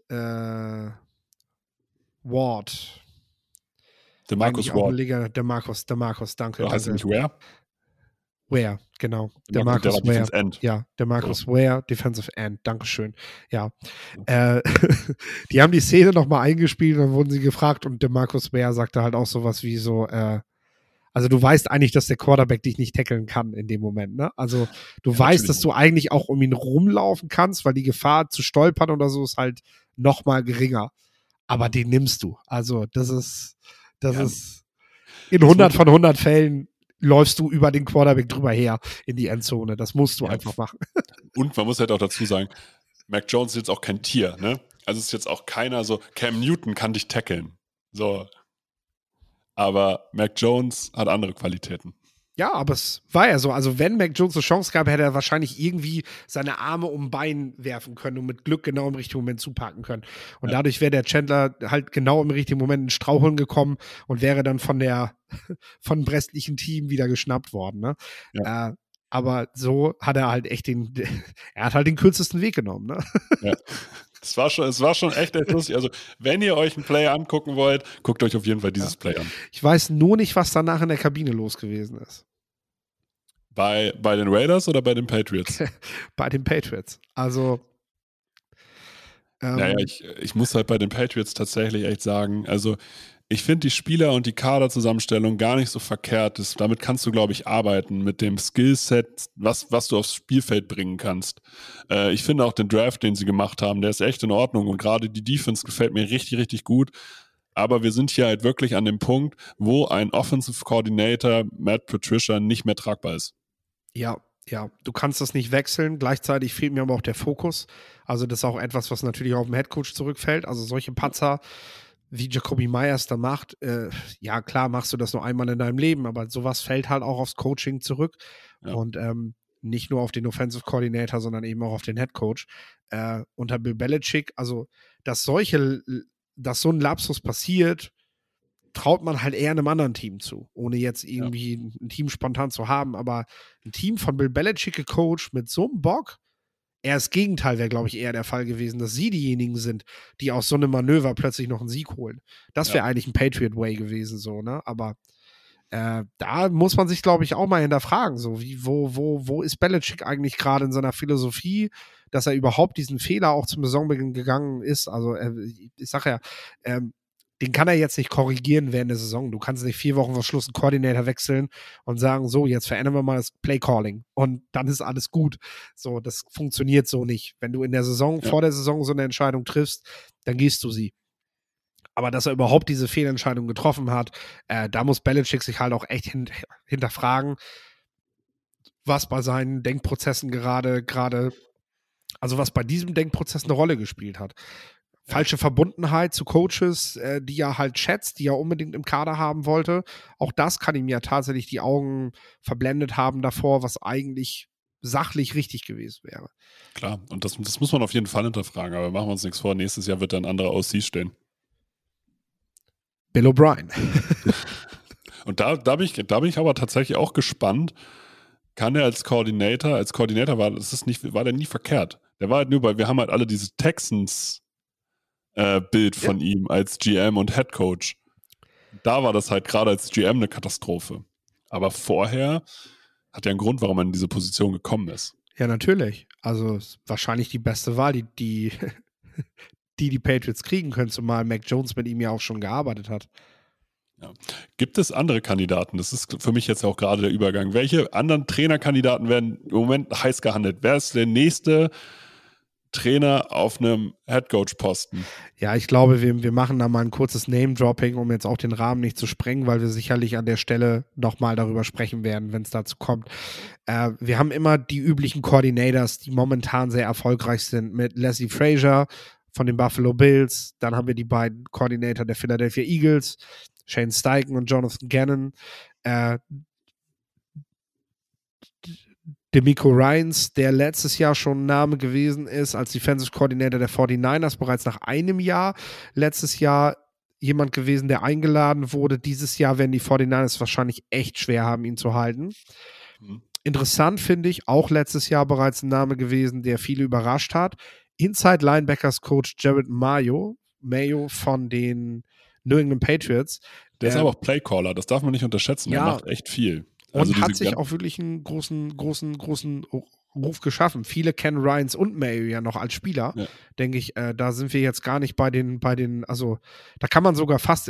Ward. DeMarcus Ward. DeMarcus, danke. Oder heißt er nicht Ware? Ware, genau. DeMarcus Ware. Ja, DeMarcus Ware, Defensive End, dankeschön. Ja. Die haben die Szene nochmal eingespielt, dann wurden sie gefragt und DeMarcus Ware sagte halt auch sowas wie so, also du weißt eigentlich, dass der Quarterback dich nicht tackeln kann in dem Moment, ne? Also du weißt, dass du eigentlich auch um ihn rumlaufen kannst, weil die Gefahr zu stolpern oder so ist halt nochmal geringer. Aber den nimmst du. Also das ist in 100 von 100 Fällen läufst du über den Quarterback drüber her in die Endzone. Das musst du einfach machen. Und man muss halt auch dazu sagen, Mac Jones ist jetzt auch kein Tier, ne? Also ist jetzt auch keiner so, Cam Newton kann dich tackeln. So. Aber Mac Jones hat andere Qualitäten. Ja, aber es war ja so. Also wenn Mac Jones eine Chance gab, hätte er wahrscheinlich irgendwie seine Arme um Bein werfen können und mit Glück genau im richtigen Moment zupacken können. Und dadurch wäre der Chandler halt genau im richtigen Moment in Straucheln gekommen und wäre dann von dem restlichen Team wieder geschnappt worden. Ne? Ja. Aber so hat er halt echt den kürzesten Weg genommen. Ne? Ja. Es war schon echt lustig. Also, wenn ihr euch einen Play angucken wollt, guckt euch auf jeden Fall dieses Play an. Ich weiß nur nicht, was danach in der Kabine los gewesen ist. Bei den Raiders oder bei den Patriots? Bei den Patriots. Also. Naja, ich muss halt bei den Patriots tatsächlich echt sagen, also ich finde die Spieler und die Kaderzusammenstellung gar nicht so verkehrt. Damit kannst du, glaube ich, arbeiten mit dem Skillset, was du aufs Spielfeld bringen kannst. Ich finde auch den Draft, den sie gemacht haben, der ist echt in Ordnung und gerade die Defense gefällt mir richtig, richtig gut. Aber wir sind hier halt wirklich an dem Punkt, wo ein Offensive Coordinator, Matt Patricia, nicht mehr tragbar ist. Ja, Ja, du kannst das nicht wechseln. Gleichzeitig fehlt mir aber auch der Fokus. Also das ist auch etwas, was natürlich auf den Headcoach zurückfällt. Also solche Patzer, wie Jacoby Myers da macht, ja klar machst du das nur einmal in deinem Leben, aber sowas fällt halt auch aufs Coaching zurück. Ja. Und nicht nur auf den Offensive Coordinator, sondern eben auch auf den Headcoach. Unter Bill Belichick, also dass so ein Lapsus passiert, traut man halt eher einem anderen Team zu, ohne jetzt irgendwie ein Team spontan zu haben. Aber ein Team von Bill Belichick gecoacht mit so einem Bock, eher das Gegenteil wäre, glaube ich, eher der Fall gewesen, dass sie diejenigen sind, die aus so einem Manöver plötzlich noch einen Sieg holen. Das wäre eigentlich ein Patriot Way gewesen, so, ne? Aber da muss man sich, glaube ich, auch mal hinterfragen, so wo ist Belichick eigentlich gerade in seiner Philosophie, dass er überhaupt diesen Fehler auch zum Saisonbeginn gegangen ist. Also ich sage ja, den kann er jetzt nicht korrigieren während der Saison. Du kannst nicht 4 Wochen vor Schluss einen Koordinator wechseln und sagen, so, jetzt verändern wir mal das Play-Calling und dann ist alles gut. So, das funktioniert so nicht. Wenn du in der Saison, vor der Saison so eine Entscheidung triffst, dann gehst du sie. Aber dass er überhaupt diese Fehlentscheidung getroffen hat, da muss Belichick sich halt auch echt hinterfragen, was bei seinen Denkprozessen gerade, also was bei diesem Denkprozess eine Rolle gespielt hat. Falsche Verbundenheit zu Coaches, die er halt schätzt, die er unbedingt im Kader haben wollte. Auch das kann ihm ja tatsächlich die Augen verblendet haben davor, was eigentlich sachlich richtig gewesen wäre. Klar, und das muss man auf jeden Fall hinterfragen, aber machen wir uns nichts vor, nächstes Jahr wird dann ein anderer OC stehen. Bill O'Brien. Und da bin ich aber tatsächlich auch gespannt, kann er als Koordinator war der nie verkehrt. Der war halt nur, weil wir haben halt alle dieses Texans Bild von ihm als GM und Head Coach. Da war das halt gerade als GM eine Katastrophe. Aber vorher hat er einen Grund, warum er in diese Position gekommen ist. Ja, natürlich. Also wahrscheinlich die beste Wahl, die Patriots kriegen können, zumal Mac Jones mit ihm ja auch schon gearbeitet hat. Ja. Gibt es andere Kandidaten? Das ist für mich jetzt auch gerade der Übergang. Welche anderen Trainerkandidaten werden im Moment heiß gehandelt? Wer ist der nächste Trainer auf einem Headcoach-Posten? Ja, ich glaube, wir machen da mal ein kurzes Name-Dropping, um jetzt auch den Rahmen nicht zu sprengen, weil wir sicherlich an der Stelle nochmal darüber sprechen werden, wenn es dazu kommt. Wir haben immer die üblichen Coordinators, die momentan sehr erfolgreich sind, mit Leslie Frazier von den Buffalo Bills. Dann haben wir die beiden Coordinator der Philadelphia Eagles, Shane Steichen und Jonathan Gannon. DeMeco Ryans, der letztes Jahr schon Name gewesen ist als Defensive Coordinator der 49ers, bereits nach einem Jahr. Letztes Jahr jemand gewesen, der eingeladen wurde. Dieses Jahr werden die 49ers wahrscheinlich echt schwer haben, ihn zu halten. Interessant finde ich, auch letztes Jahr bereits ein Name gewesen, der viele überrascht hat. Inside Linebackers Coach Jared Mayo von den New England Patriots. Der ist aber auch Playcaller, das darf man nicht unterschätzen. Ja, er macht echt viel. Und hat sich auch wirklich einen großen Ruf geschaffen. Viele kennen Ryans und Mayo ja noch als Spieler. Ja. Denke ich, da sind wir jetzt gar nicht bei den, also da kann man sogar fast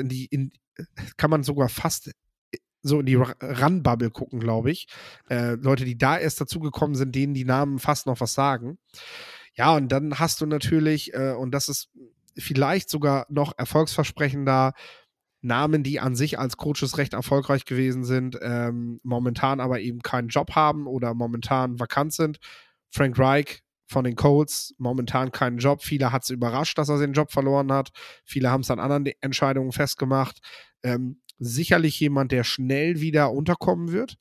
so in die Run-Bubble gucken, glaube ich. Leute, die da erst dazugekommen sind, denen die Namen fast noch was sagen. Ja, und dann hast du natürlich, und das ist vielleicht sogar noch erfolgsversprechender, Namen, die an sich als Coaches recht erfolgreich gewesen sind, momentan aber eben keinen Job haben oder momentan vakant sind. Frank Reich von den Colts, momentan keinen Job. Viele hat es überrascht, dass er den Job verloren hat. Viele haben es an anderen Entscheidungen festgemacht. Sicherlich jemand, der schnell wieder unterkommen wird.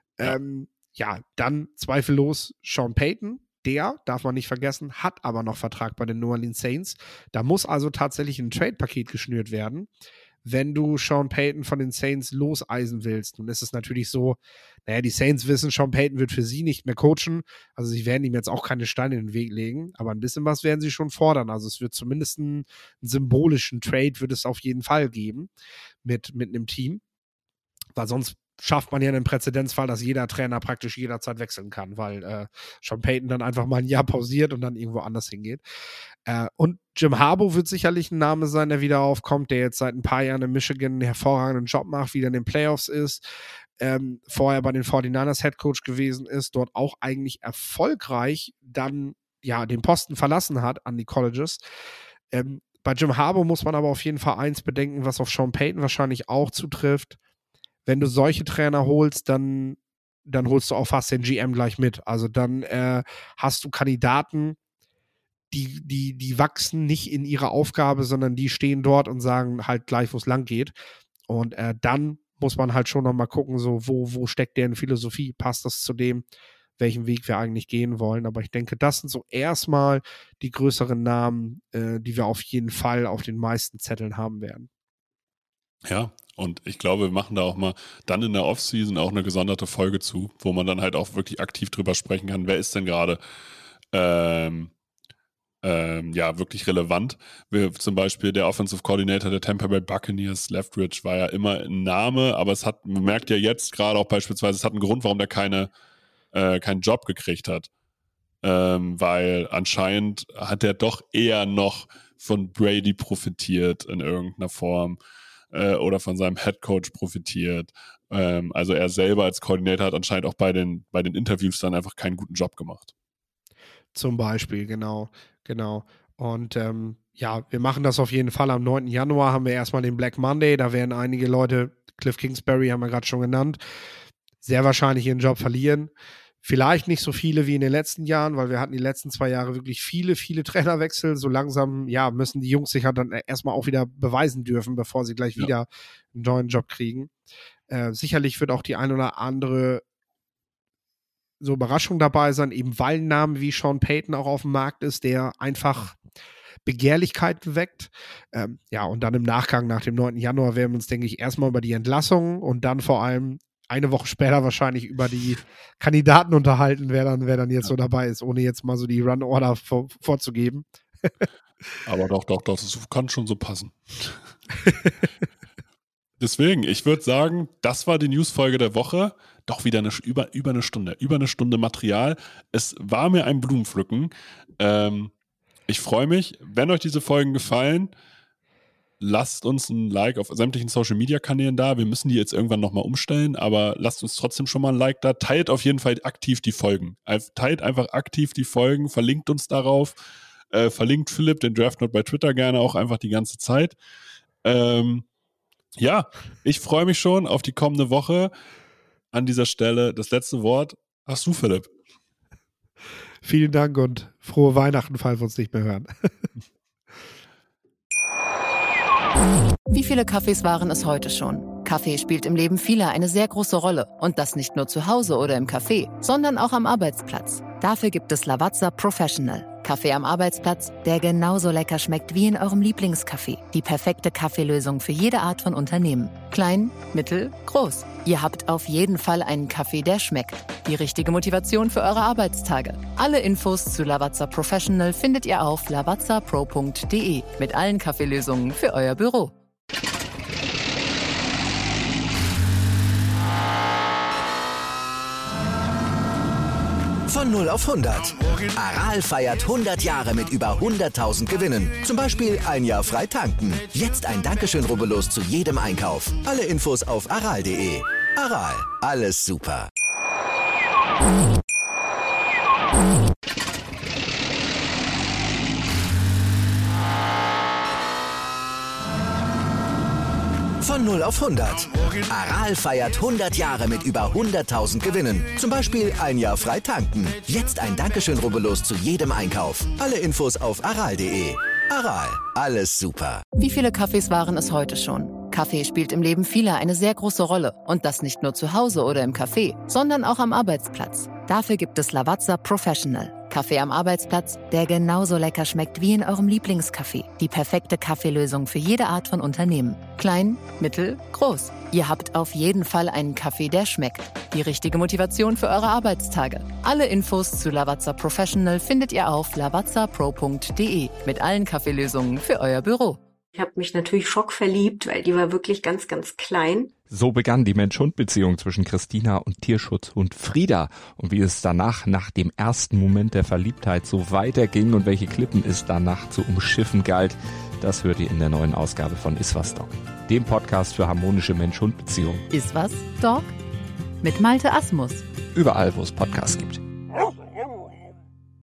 Dann zweifellos Sean Payton. Der, darf man nicht vergessen, hat aber noch Vertrag bei den New Orleans Saints. Da muss also tatsächlich ein Trade-Paket geschnürt werden, wenn du Sean Payton von den Saints loseisen willst. Nun ist es natürlich so, die Saints wissen, Sean Payton wird für sie nicht mehr coachen, also sie werden ihm jetzt auch keine Steine in den Weg legen, aber ein bisschen was werden sie schon fordern. Also es wird zumindest einen symbolischen Trade wird es auf jeden Fall geben mit einem Team, weil sonst schafft man ja einen Präzedenzfall, dass jeder Trainer praktisch jederzeit wechseln kann, weil Sean Payton dann einfach mal ein Jahr pausiert und dann irgendwo anders hingeht. Und Jim Harbaugh wird sicherlich ein Name sein, der wieder aufkommt, der jetzt seit ein paar Jahren in Michigan einen hervorragenden Job macht, wieder in den Playoffs ist, vorher bei den 49ers Headcoach gewesen ist, dort auch eigentlich erfolgreich dann den Posten verlassen hat an die Colleges. Bei Jim Harbaugh muss man aber auf jeden Fall eins bedenken, was auf Sean Payton wahrscheinlich auch zutrifft. Wenn du solche Trainer holst, dann dann holst du auch fast den GM gleich mit. Also dann hast du Kandidaten, die wachsen nicht in ihrer Aufgabe, sondern die stehen dort und sagen halt gleich, wo es lang geht. Und dann muss man halt schon nochmal gucken, so wo steckt deren Philosophie, passt das zu dem, welchen Weg wir eigentlich gehen wollen. Aber ich denke, das sind so erstmal die größeren Namen, die wir auf jeden Fall auf den meisten Zetteln haben werden. Ja, und ich glaube, wir machen da auch mal dann in der Offseason auch eine gesonderte Folge zu, wo man dann halt auch wirklich aktiv drüber sprechen kann, wer ist denn gerade wirklich relevant. Zum Beispiel der Offensive Coordinator der Tampa Bay Buccaneers, Leftwich, war ja immer ein Name, aber man merkt ja jetzt gerade auch beispielsweise, es hat einen Grund, warum der keinen Job gekriegt hat. Weil anscheinend hat er doch eher noch von Brady profitiert in irgendeiner Form oder von seinem Headcoach profitiert. Also er selber als Coordinator hat anscheinend auch bei den Interviews dann einfach keinen guten Job gemacht. Zum Beispiel, genau. Und wir machen das auf jeden Fall. Am 9. Januar haben wir erstmal den Black Monday. Da werden einige Leute, Cliff Kingsbury haben wir gerade schon genannt, sehr wahrscheinlich ihren Job verlieren. Vielleicht nicht so viele wie in den letzten Jahren, weil wir hatten die letzten 2 Jahre wirklich viele Trainerwechsel. So langsam, müssen die Jungs sich halt dann erstmal auch wieder beweisen dürfen, bevor sie gleich wieder einen neuen Job kriegen. Sicherlich wird auch die ein oder andere so Überraschung dabei sein, eben weil ein Name wie Sean Payton auch auf dem Markt ist, der einfach Begehrlichkeit weckt. Und dann im Nachgang nach dem 9. Januar werden wir uns, denke ich, erstmal über die Entlassung und dann vor allem eine Woche später wahrscheinlich über die Kandidaten unterhalten, wer dann jetzt so dabei ist, ohne jetzt mal so die Run-Order vorzugeben. Aber doch, das kann schon so passen. Deswegen, ich würde sagen, das war die Newsfolge der Woche. Doch wieder über eine Stunde Material. Es war mir ein Blumenpflücken. Ich freue mich, wenn euch diese Folgen gefallen, lasst uns ein Like auf sämtlichen Social-Media-Kanälen da. Wir müssen die jetzt irgendwann nochmal umstellen, aber lasst uns trotzdem schon mal ein Like da. Teilt auf jeden Fall aktiv die Folgen. Teilt einfach aktiv die Folgen, verlinkt uns darauf. Verlinkt Philipp, den Draftnote bei Twitter gerne auch einfach die ganze Zeit. Ich freue mich schon auf die kommende Woche. An dieser Stelle das letzte Wort hast du, Philipp. Vielen Dank und frohe Weihnachten, falls wir uns nicht mehr hören. Wie viele Kaffees waren es heute schon? Kaffee spielt im Leben vieler eine sehr große Rolle. Und das nicht nur zu Hause oder im Café, sondern auch am Arbeitsplatz. Dafür gibt es Lavazza Professional. Kaffee am Arbeitsplatz, der genauso lecker schmeckt wie in eurem Lieblingscafé. Die perfekte Kaffeelösung für jede Art von Unternehmen. Klein, mittel, groß. Ihr habt auf jeden Fall einen Kaffee, der schmeckt. Die richtige Motivation für eure Arbeitstage. Alle Infos zu Lavazza Professional findet ihr auf lavazzapro.de mit allen Kaffeelösungen für euer Büro. Von 0 auf 100. Aral feiert 100 Jahre mit über 100.000 Gewinnen. Zum Beispiel ein Jahr frei tanken. Jetzt ein Dankeschön, rubbellos zu jedem Einkauf. Alle Infos auf aral.de. Aral, alles super. Von 0 auf 100. Aral feiert 100 Jahre mit über 100.000 Gewinnen. Zum Beispiel ein Jahr frei tanken. Jetzt ein Dankeschön, rubbellos zu jedem Einkauf. Alle Infos auf aral.de. Aral, alles super. Wie viele Kaffees waren es heute schon? Kaffee spielt im Leben vieler eine sehr große Rolle. Und das nicht nur zu Hause oder im Café, sondern auch am Arbeitsplatz. Dafür gibt es Lavazza Professional. Kaffee am Arbeitsplatz, der genauso lecker schmeckt wie in eurem Lieblingscafé. Die perfekte Kaffeelösung für jede Art von Unternehmen. Klein, mittel, groß. Ihr habt auf jeden Fall einen Kaffee, der schmeckt. Die richtige Motivation für eure Arbeitstage. Alle Infos zu Lavazza Professional findet ihr auf lavazzapro.de mit allen Kaffeelösungen für euer Büro. Ich habe mich natürlich schockverliebt, weil die war wirklich ganz, ganz klein. So begann die Mensch-Hund-Beziehung zwischen Christina und Tierschutzhund Frieda. Und wie es danach, nach dem ersten Moment der Verliebtheit, so weiterging und welche Klippen es danach zu umschiffen galt, das hört ihr in der neuen Ausgabe von Iswas Dog, dem Podcast für harmonische Mensch-Hund-Beziehungen. Iswas Dog? Mit Malte Asmus. Überall, wo es Podcasts gibt.